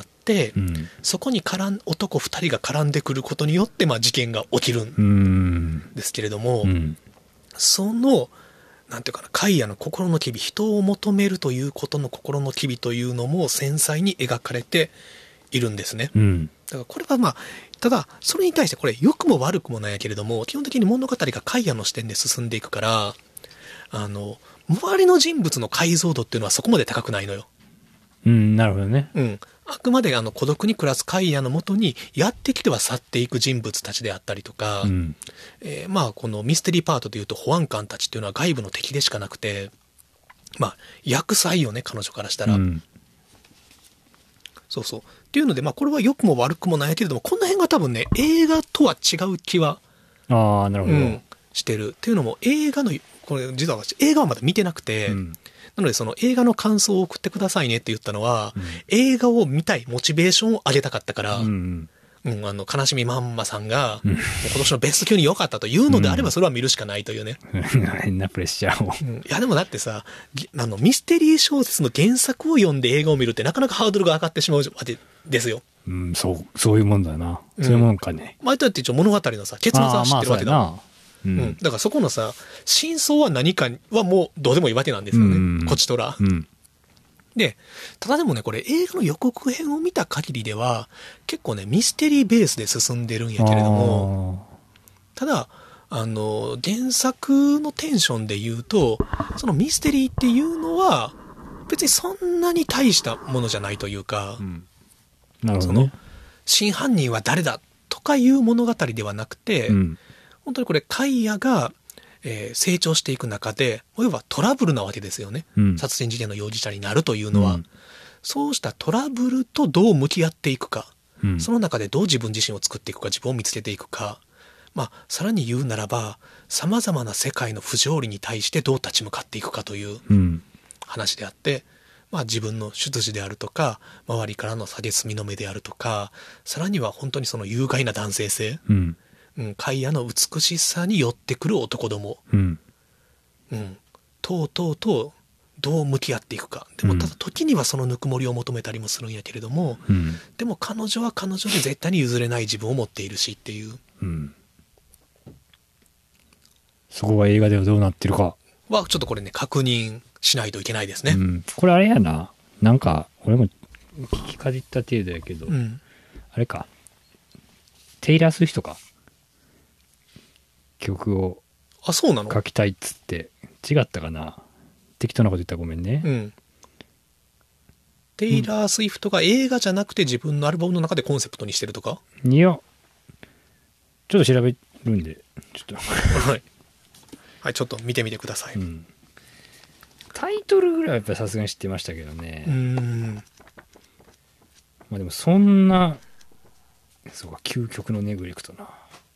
うん、そこに絡ん男二人が絡んでくることによって、まあ、事件が起きるんですけれども、うん、その、なんていうかな、カイヤの心の機微、人を求めるということの心の機微というのも繊細に描かれているんですね。うん、だからこれはまあ、ただ、それに対してこれ、良くも悪くもないけれども、基本的に物語がカイヤの視点で進んでいくから、あの、周りの人物の解像度っていうのはそこまで高くないのよ。 うん、なるほどね。 うん。あくまであの孤独に暮らすカイヤのもとにやってきては去っていく人物たちであったりとか、うん、えー、まあこのミステリーパートでいうと保安官たちっていうのは外部の敵でしかなくて、まあ厄災よね、彼女からしたら。うん、そうそう。っていうので、まあこれは良くも悪くもないけれども、この辺が多分ね、映画とは違う気は、 ああ、なるほど、うん、 してる。っていうのも映画の、これ実は私映画はまだ見てなくて、うんなのでその映画の感想を送ってくださいねって言ったのは、うん、映画を見たいモチベーションを上げたかったから、うんうん、あの悲しみまんまさんが、うん、もう今年のベスト級に良かったというのであればそれは見るしかないというね。 変なプレッシャーを、 うん。いやでもだってさ、あのミステリー小説の原作を読んで映画を見るってなかなかハードルが上がってしまうわけですよ。 うん、そう、そういうもんだな。そういうもんかね。 うん、まあ、だって一応物語のさ、結末は知ってるわけだ。まあうん、だからそこのさ真相は何かはもうどうでもいいわけなんですよね、うん、こちとら、うん、でただでもねこれ映画の予告編を見た限りでは結構ねミステリーベースで進んでるんやけれどもただあの原作のテンションで言うとそのミステリーっていうのは別にそんなに大したものじゃないというか、うん、 なるほどね、その真犯人は誰だとかいう物語ではなくて、うん本当にこれカイヤが、えー、成長していく中で要はトラブルなわけですよね、うん、殺人事件の容疑者になるというのは、うん、そうしたトラブルとどう向き合っていくか、うん、その中でどう自分自身を作っていくか自分を見つけていくか、まあ、さらに言うならばさまざまな世界の不条理に対してどう立ち向かっていくかという話であって、まあ、自分の出自であるとか周りからの蔑みの目であるとかさらには本当にその有害な男性性、うんうん、カイヤの美しさに寄ってくる男ども、うんうん、とうとうとどう向き合っていくか。でもただ時にはそのぬくもりを求めたりもするんやけれども、うん、でも彼女は彼女で絶対に譲れない自分を持っているしっていう、うん、 そこが映画ではどうなってるかはちょっとこれね確認しないといけないですね、うん、 これあれやななんか俺も聞きかじった程度やけど、うん、 あれか、テイラー・スウィフトか。曲をあ、そうなの？ 書きたいっつって、違ったかな。適当なこと言ったらごめんね。 うん。テイラー・スウィフトが映画じゃなくて自分のアルバムの中でコンセプトにしてるとか？ いや、ちょっと調べるんで、ちょっと。 はい。はい、ちょっと見てみてください。 うん、タイトルぐらいはやっぱさすがに知ってましたけどね。 うーん。 まあでもそんな、そうか、究極のネグレクトな。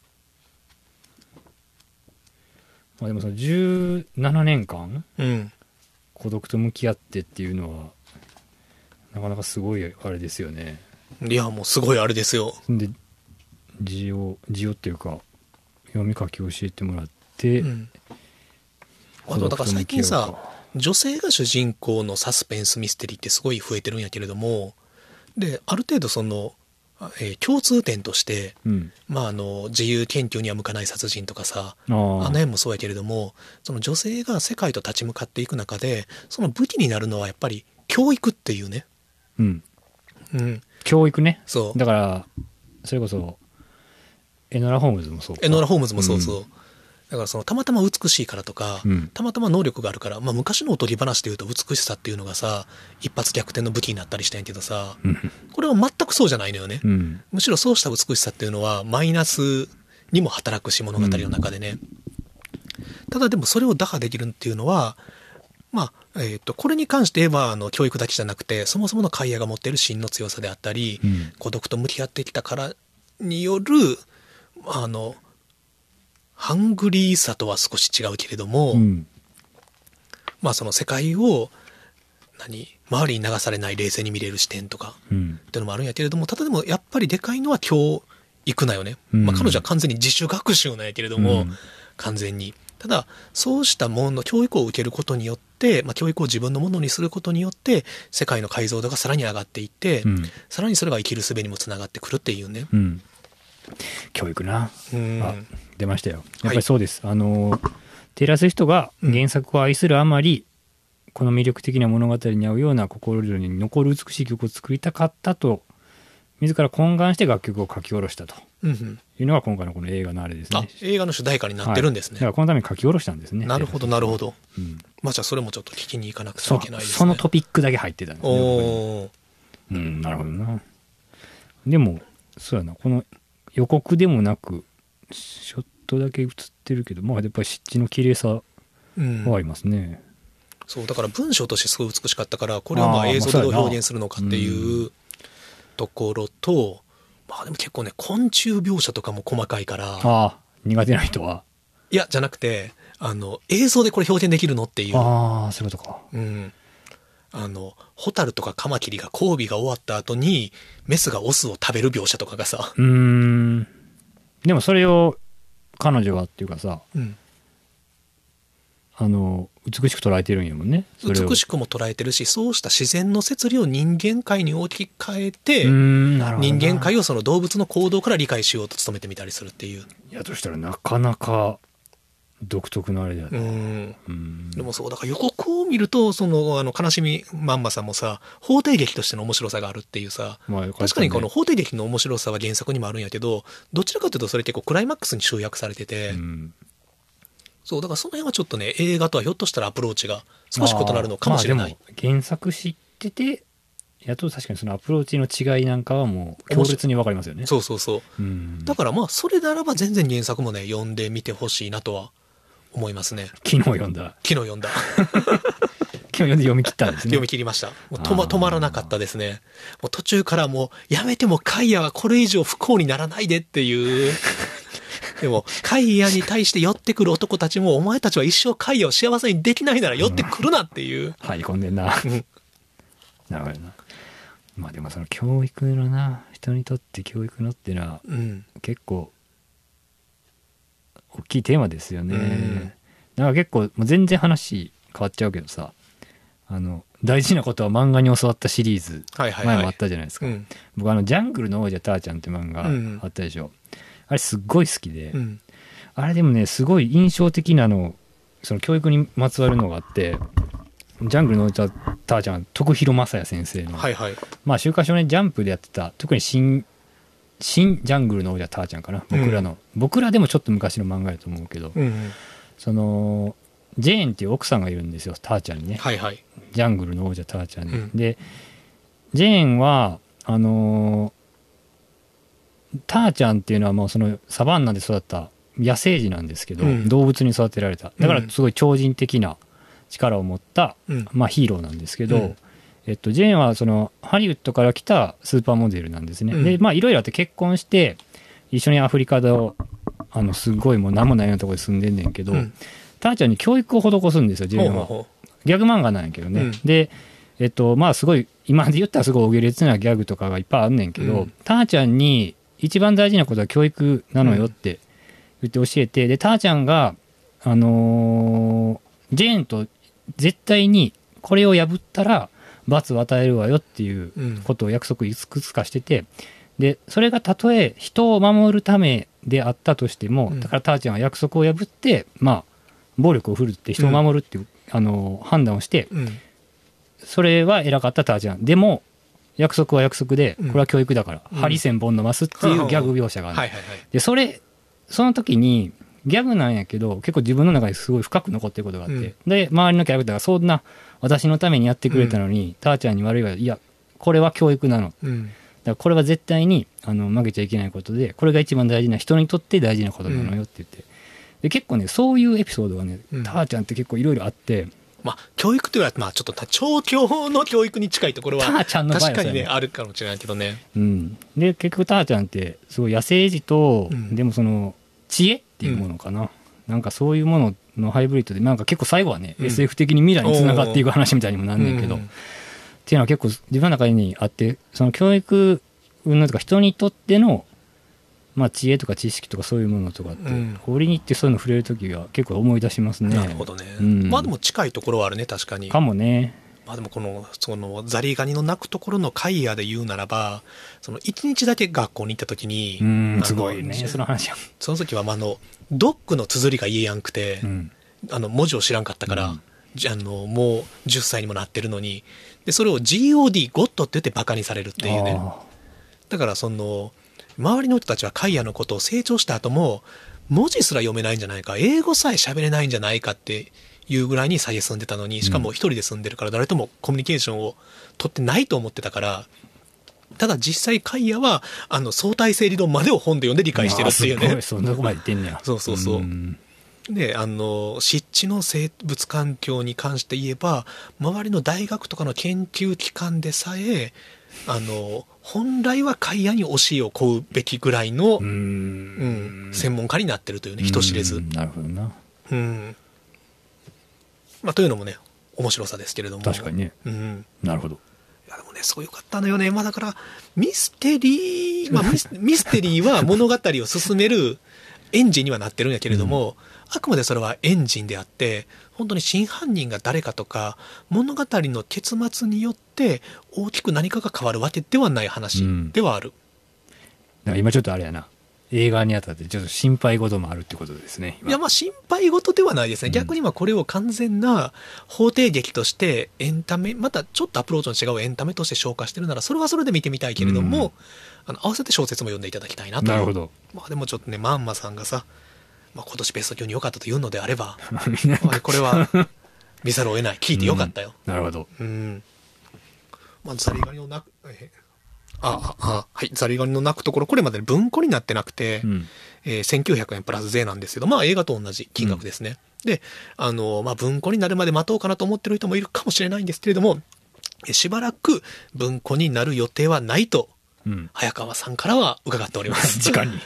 まあでもそのじゅうななねんかん、 うん、 孤独と向き合ってっていうのは、なかなかすごいあれですよね。 いや、もうすごいあれですよ。 で、字を、字をっていうか、読み書き教えてもらって、うん、 あとだから最近さ、女性が主人公のサスペンスミステリーってすごい増えてるんやけれども、である程度その、えー、共通点として、うん、まあ、あの自由研究には向かない殺人とかさ、あの辺もそうやけれども、その女性が世界と立ち向かっていく中でその武器になるのはやっぱり教育っていうね、 うんうん、教育ね。 そうだからそれこそエノラ・ホームズもそうか。 エノラ・ホームズもそうそう、うん、だからそのたまたま美しいからとか、うん、たまたま能力があるから、まあ、昔のおとぎ話でいうと美しさっていうのがさ一発逆転の武器になったりしたんやけどさ、うん、これは全くそうじゃないのよね、うん、むしろそうした美しさっていうのはマイナスにも働くし物語の中でね、うん、ただでもそれを打破できるっていうのはまあえー、とこれに関して言えばあの教育だけじゃなくてそもそものカイアが持っている芯の強さであったり、うん、孤独と向き合ってきたからによるあのハングリーさとは少し違うけれども、うん、まあその世界を何周りに流されない冷静に見れる視点とか、うん、っていうのもあるんやけれども、ただでもやっぱりでかいのは教育なよね、うん、まあ、彼女は完全に自主学習なんやけれども、うん、完全にただそうしたもの教育を受けることによって、まあ、教育を自分のものにすることによって世界の解像度がさらに上がっていって、うん、さらにそれが生きる術にもつながってくるっていうね、うん、 教育な、うん、あ出ましたよ。やっぱりそうです、はい、あのテイラー・スウィフトが原作を愛するあまり、うん、この魅力的な物語に合うような心に残る美しい曲を作りたかったと自ら懇願して楽曲を書き下ろしたというのが今回のこの映画のあれですね。 あ、映画の主題歌になってるんですね、 はい、だからこのために書き下ろしたんですね。 なるほどなるほど、うん、まあじゃあそれもちょっと聞きに行かなくちゃいけないですね。 そ, そのトピックだけ入ってたんですね。おうん、なるほどな。でもそうやな、この予告でもなくちょっとだけ映ってるけど、まあやっぱり湿地の綺麗さはありますね、うん、 そうだから文章としてすごい美しかったから、これをまあ映像でどう表現するのかっていうところと、まあでも結構ね昆虫描写とかも細かいから、 ああ苦手な人はいやじゃなくてあの映像でこれ表現できるのっていう、 ああそういうことか、 うん、あのホタルとかカマキリが交尾が終わった後にメスがオスを食べる描写とかがさ、 うーんでもそれを彼女はっていうかさ、うん、あの美しく捉えてるんやもんね。 美しくも捉えてるし、そうした自然の摂理を人間界に置き換えて、人間界をその動物の行動から理解しようと努めてみたりするっていう。 いやとしたらなかなか独特なあれだよね。 うんうんでもそうだから予告を見るとそのあの悲しみまんまさんもさ法廷劇としての面白さがあるっていうさ、まあね、確かにこの法廷劇の面白さは原作にもあるんやけど、どちらかというとそれ結構クライマックスに集約されてて、うんそうだからその辺はちょっとね映画とはひょっとしたらアプローチが少し異なるのかもしれない。まあ、 でも原作知っててやっと確かにそのアプローチの違いなんかはもう強烈に分かりますよね。 そうそうそう、うん、だからまあそれならば全然原作もね読んでみてほしいなとは思いますね。 昨日読んだ昨日読んだ昨日読んで読み切ったんですね。 読み切りました。もう止ま、止まらなかったですね。もう途中からもうやめてもカイアはこれ以上不幸にならないでっていうでもカイアに対して寄ってくる男たちもお前たちは一生カイアを幸せにできないなら寄ってくるなっていう、うん、 入り込んでんななるほどな。まあでもその教育のな人にとって教育のっていうのは、うん、結構大きいテーマですよね、うん、なんか結構もう全然話変わっちゃうけどさ、あの大事なことは漫画に教わったシリーズ、はいはいはい、前もあったじゃないですか、うん、僕あのジャングルの王者ターちゃんって漫画あったでしょ、うん、あれすっごい好きで、うん、あれでもねすごい印象的なのその教育にまつわるのがあって、ジャングルの王者ターちゃんは徳弘正也先生の、はいはい、まあ週刊少年ジャンプでやってた特に新新ジャングルの王者ターちゃんかな、僕らの、うん、僕らでもちょっと昔の漫画やと思うけど、うんうん、そのジェーンっていう奥さんがいるんですよ、ターちゃんにね、 はいはい、 ジャングルの王者ターちゃんに、うん、でジェーンはあのー、ターちゃんっていうのはもうそのサバンナで育った野生児なんですけど、うん、動物に育てられた、だからすごい超人的な力を持った、うん、まあ、ヒーローなんですけど、うん、えっと、ジェーンはそのハリウッドから来たスーパーモデルなんですね、うん、でまあいろいろあって結婚して一緒にアフリカであのすごいもう何もないようなところで住んでんねんけど、うん、ターちゃんに教育を施すんですよ、ジェーンは。ほうほうほう、ギャグ漫画なんやけどね、うん、でえっとまあすごい今で言ったらすごいお下劣なギャグとかがいっぱいあんねんけど、うん、ターちゃんに一番大事なことは教育なのよって言って教えて、でターちゃんがあのー、ジェーンと絶対にこれを破ったら罰を与えるわよっていうことを約束いくつかしてて、でそれがたとえ人を守るためであったとしても、だからターちゃんは約束を破ってまあ暴力を振るって人を守るっていう、うん、あの判断をして、うん、それは偉かったターちゃんでも約束は約束でこれは教育だから、うん、針千本伸ばすっていうギャグ描写がある、はいはいはい、でそれその時にギャグなんやけど結構自分の中ですごい深く残ってることがあって、うん、で周りのキャラクターがそんな私のためにやってくれたのに、うん、ターちゃんに悪いわ、いやこれは教育なの、うん、だからこれは絶対にあの負けちゃいけないことで、これが一番大事な、人にとって大事なことなのよって言って、うん、で結構ねそういうエピソードがね、うん、ターちゃんって結構いろいろあって、 まあ教育というのはまあちょっと調教の教育に近いところはターちゃんの場合は確かにねあるかもしれないけどね、 うん、で結局ターちゃんってすごい野生児と、うん、でもその知恵っていうものかな、うん、なんかそういうもののハイブリッドでなんか結構最後はね、うん、エスエフ 的に未来につながっていく話みたいにもなんねんけど、うん、っていうのは結構自分の中にあって、その教育云々とか人にとってのまあ知恵とか知識とかそういうものとかって、うん、法理に行ってそういうの触れるときは結構思い出しますね。 なるほどね、うん、まあでも近いところはあるね、確かに。 かもね。 まあでもこのそのザリガニの鳴くところのカイヤで言うならば、その一日だけ学校に行った時に、 うん、すごいねその話や。 その時はまああのドッグの綴りが言えやんくて、うん、あの文字を知らんかったから、うん、あのもうじゅっさいにもなってるのに、でそれを ジーオーディー ゴッドって言ってバカにされるっていうね。だからその周りの人たちはカイヤのことを成長した後も文字すら読めないんじゃないか、英語さえ喋れないんじゃないかっていうぐらいにさえ住んでたのに、しかも一人で住んでるから誰ともコミュニケーションを取ってないと思ってたから、ただ実際カイヤはあの相対性理論までを本で読んで理解してるっていうね。 そんなとこまで言ってんねや。 そうそうそう。うんであの湿地の生物環境に関して言えば周りの大学とかの研究機関でさえあの本来はカイヤに教えを請うべきぐらいの、うん、うん、専門家になってるというね、人知れず。 なるほどな。 うん、まあ、というのもね面白さですけれども。 確かにね、 うん、 なるほど。 いやでもねそうよかったのよね。まあだからミステリー、まあ、ミスミステリーは物語を進めるエンジンにはなってるんやけれども、うん、あくまでそれはエンジンであって本当に真犯人が誰かとか物語の結末によって大きく何かが変わるわけではない話ではある、うん、 だから今ちょっとあれやな、映画にあたってちょっと心配事もあるってことですね。 いやまあ心配事ではないですね、うん、逆にはこれを完全な法廷劇としてエンタメ、またちょっとアプローチの違うエンタメとして消化してるならそれはそれで見てみたいけれども、うん、あの合わせて小説も読んでいただきたいなと。 なるほど。 まあでもちょっとねまんまさんがさ、まあ、今年ベスト級に良かったというのであればこれは見ざるを得ない、聞いて良かったよ、 うん、なるほど。 うん、まあ、ザリガニの鳴くああはいザリガニの鳴くところこれまで文庫になってなくて、うんえー、せんきゅうひゃくえんプラス税なんですけど、まあ映画と同じ金額ですね、うん、であの、まあ、文庫になるまで待とうかなと思ってる人もいるかもしれないんですけれども、しばらく文庫になる予定はないと、うん、早川さんからは伺っております直に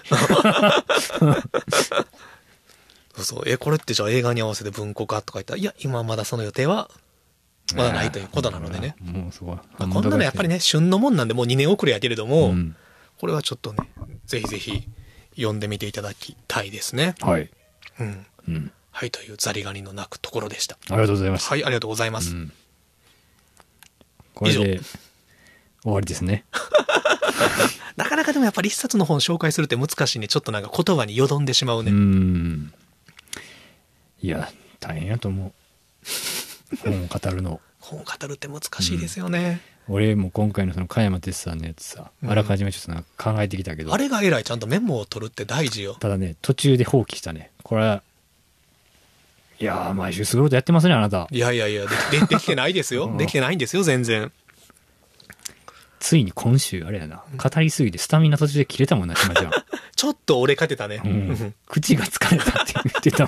そうそう、えこれってじゃあ映画に合わせて文庫かとか言ったら、いや今まだその予定はまだないということなのでね、 もうすごい、まあ、こんなのやっぱりね旬のもんなんでもうにねん遅れやけれども、うん、これはちょっとねぜひぜひ読んでみていただきたいですね。 はい、 うんうん、はいというザリガニの鳴くところでした。 ありがとうございます。 はい、ありがとうございます、うん、 これで終わりですねなかなかでもやっぱり一冊の本紹介するって難しいね。ちょっとなんか言葉によどんでしまうね。 うん、いや大変やと思う本を語るの本を語るって難しいですよね、 俺も今回のその加山哲さんのやつさ、うん、あらかじめちょっとなんか考えてきたけど。 あれが偉い、ちゃんとメモを取るって大事よ。 ただね、途中で放棄したね。これは、いやー、毎週すごいことやってますね、あなた。 いやいやいや、で, で, できてないですよ。できてないんですよ、全然。 ついに今週、あれやな、語りすぎてスタミナ途中で切れたもんな、しまちゃん。 ちょっと俺勝てたね。 うん、口が疲れたって言ってた。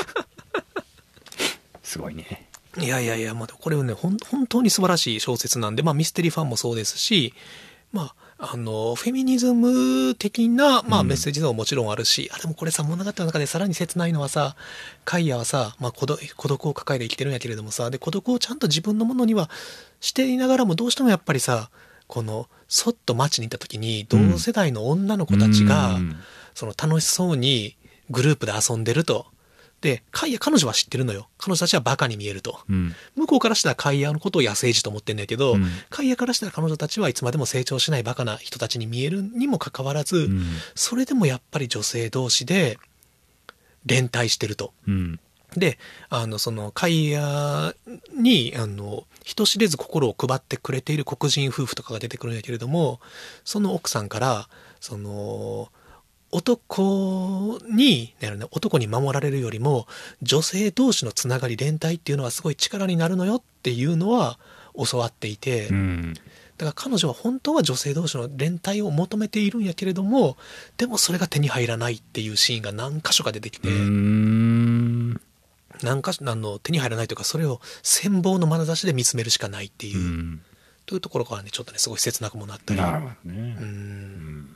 すごいね。 いやいやいや、まあ、これはね、ほん、本当に素晴らしい小説なんで、まあ、ミステリーファンもそうですし、まあ、あの、フェミニズム的な、まあ、メッセージももちろんあるし、うん、あ、でもこれさ、物語の中でさらに切ないのはさ、カイヤはさ、まあ、孤独、孤独を抱えて生きてるんやけれどもさ、で、孤独をちゃんと自分のものにはしていながらも、どうしてもやっぱりさ、この、そっと街に行った時に、同世代の女の子たちが、うん、その楽しそうにグループで遊んでると。で、カイヤ、彼女は知ってるのよ。彼女たちはバカに見えると。うん、向こうからしたらカイヤのことを野生児と思ってんだけど、うん、カイヤからしたら彼女たちはいつまでも成長しないバカな人たちに見えるにもかかわらず、うん、それでもやっぱり女性同士で連帯してると。うん、で、あの、その、カイヤに、あの、人知れず心を配ってくれている黒人夫婦とかが出てくるんだけれども、その奥さんから、その、男に、男に守られるよりも、女性同士のつながり、連帯っていうのはすごい力になるのよっていうのは教わっていて、うん、だから彼女は本当は女性同士の連帯を求めているんやけれども、でもそれが手に入らないっていうシーンが何箇所か出てきて、うーん、何箇所、あの、手に入らないというか、それを羨望の眼差しで見つめるしかないっていう、うん、というところからね、ちょっとね、すごい切なくもなったり。 なるほどね。 うーん、うん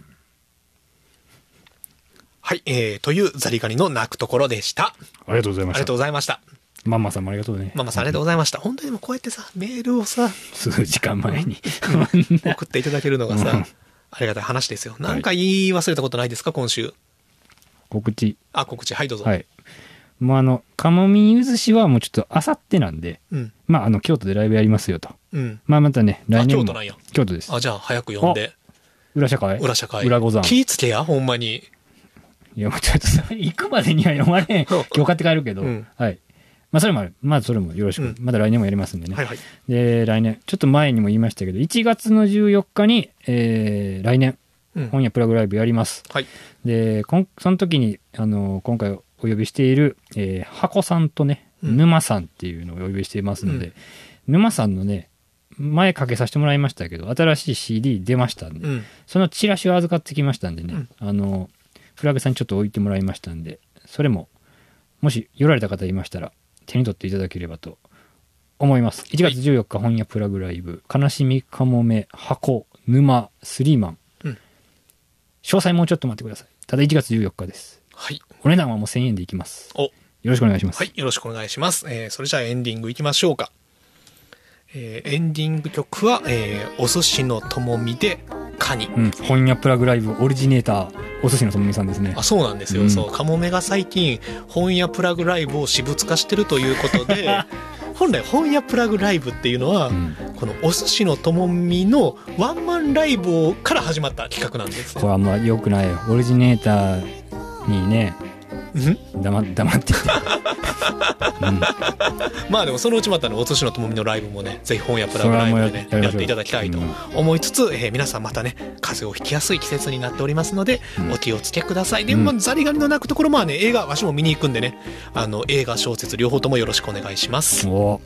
はい、えー、というザリガニの鳴くところでした。 ありがとうございました。 ありがとうございました。 マンマさんもありがとうね。 マンマさんありがとうございました。本当にもうこうやってさ、メールをさ、 数時間前に送っていただけるのがさ、うん、ありがたい話ですよ。なんか言い忘れたことないですか、今週。 告知。 あ、告知。はい、どうぞ。 はい。もうあの、カモミン渦しはもうちょっとあさってなんで、うん、まああの、京都でライブやりますよと。うん、まあまたね、来年も。 京都なんや。 京都です。 あ、じゃあ早く呼んで。 裏社会裏社会。 裏ござん。 気ぃつけや、ほんまに。 いや、もうちょっとさ、行くまでには読まれん。今日買って帰るけど、うん、はい。まあ、それもある。まあ、それもよろしく。うん、まだ来年もやりますんでね。はいはい。で、来年、ちょっと前にも言いましたけど、いちがつのじゅうよっかに、えー、来年、うん、本屋プラグライブやります。はい。で、こんその時に、あの、今回お呼びしている、えー、箱さんとね、うん、沼さんっていうのをお呼びしていますので、うん、沼さんのね、前かけさせてもらいましたけど、新しい シーディー 出ましたんで、うん、そのチラシを預かってきましたんでね、うん、あの、フラグさんにちょっと置いてもらいましたんで、それも、もし寄られた方いましたら、手に取っていただければと思います。いちがつじゅうよっか、はい、本屋プラグライブ、悲しみかもめ、箱、沼、スリーマン、うん。詳細もうちょっと待ってください。ただいちがつじゅうよっかです。はい。お値段はもうせんえんでいきます。お。よろしくお願いします。 はい、よろしくお願いします。えー、それじゃあエンディングいきましょうか。えー、エンディング曲は、えー、お寿司のともみで、カニ、 うん、本屋プラグライブオリジネーターお寿司のともみさんですね。 あ、そうなんですよ、うん、そうカモメが最近本屋プラグライブを私物化してるということで本来本屋プラグライブっていうのは、うん、このお寿司のともみのワンマンライブから始まった企画なんです、ね、 これはまあよくないオリジネーターにね黙, 黙ってて、 うん、まあでもそのうちまたねお寿司のともみのライブもねぜひ本屋プラグライブでね や, やっていただきたいと思いつつ、うんえー、皆さんまたね風邪をひきやすい季節になっておりますので、うん、お気をつけください。でも、うん、ザリガニの鳴くところまあね映画わしも見に行くんでねあの映画小説両方ともよろしくお願いします。お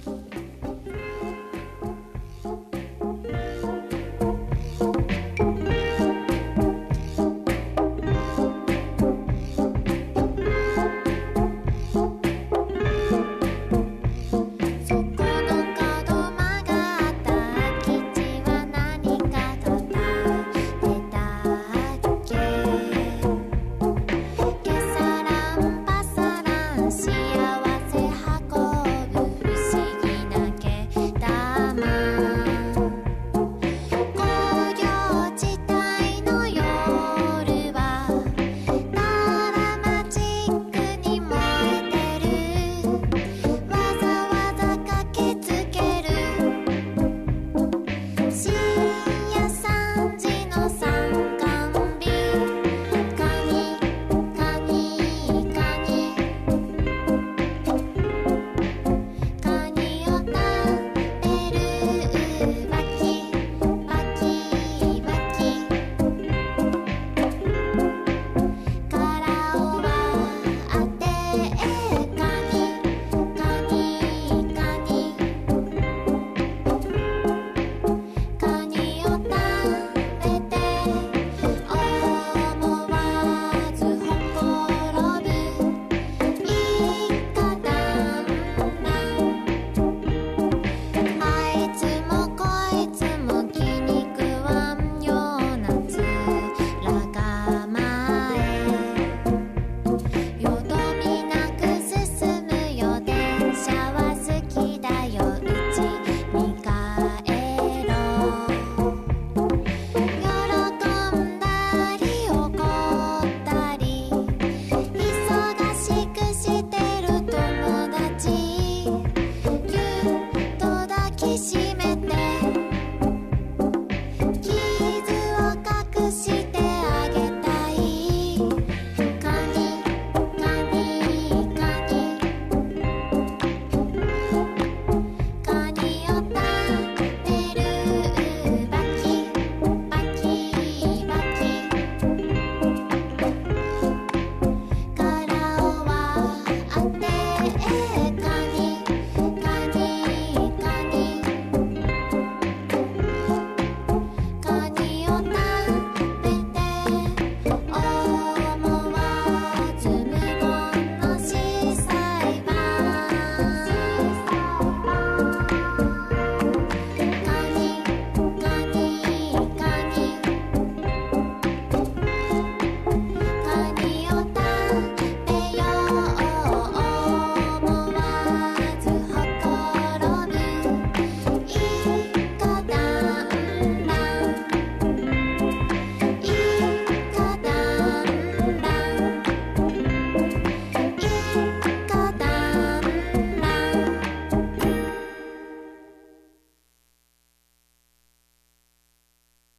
深夜さんじ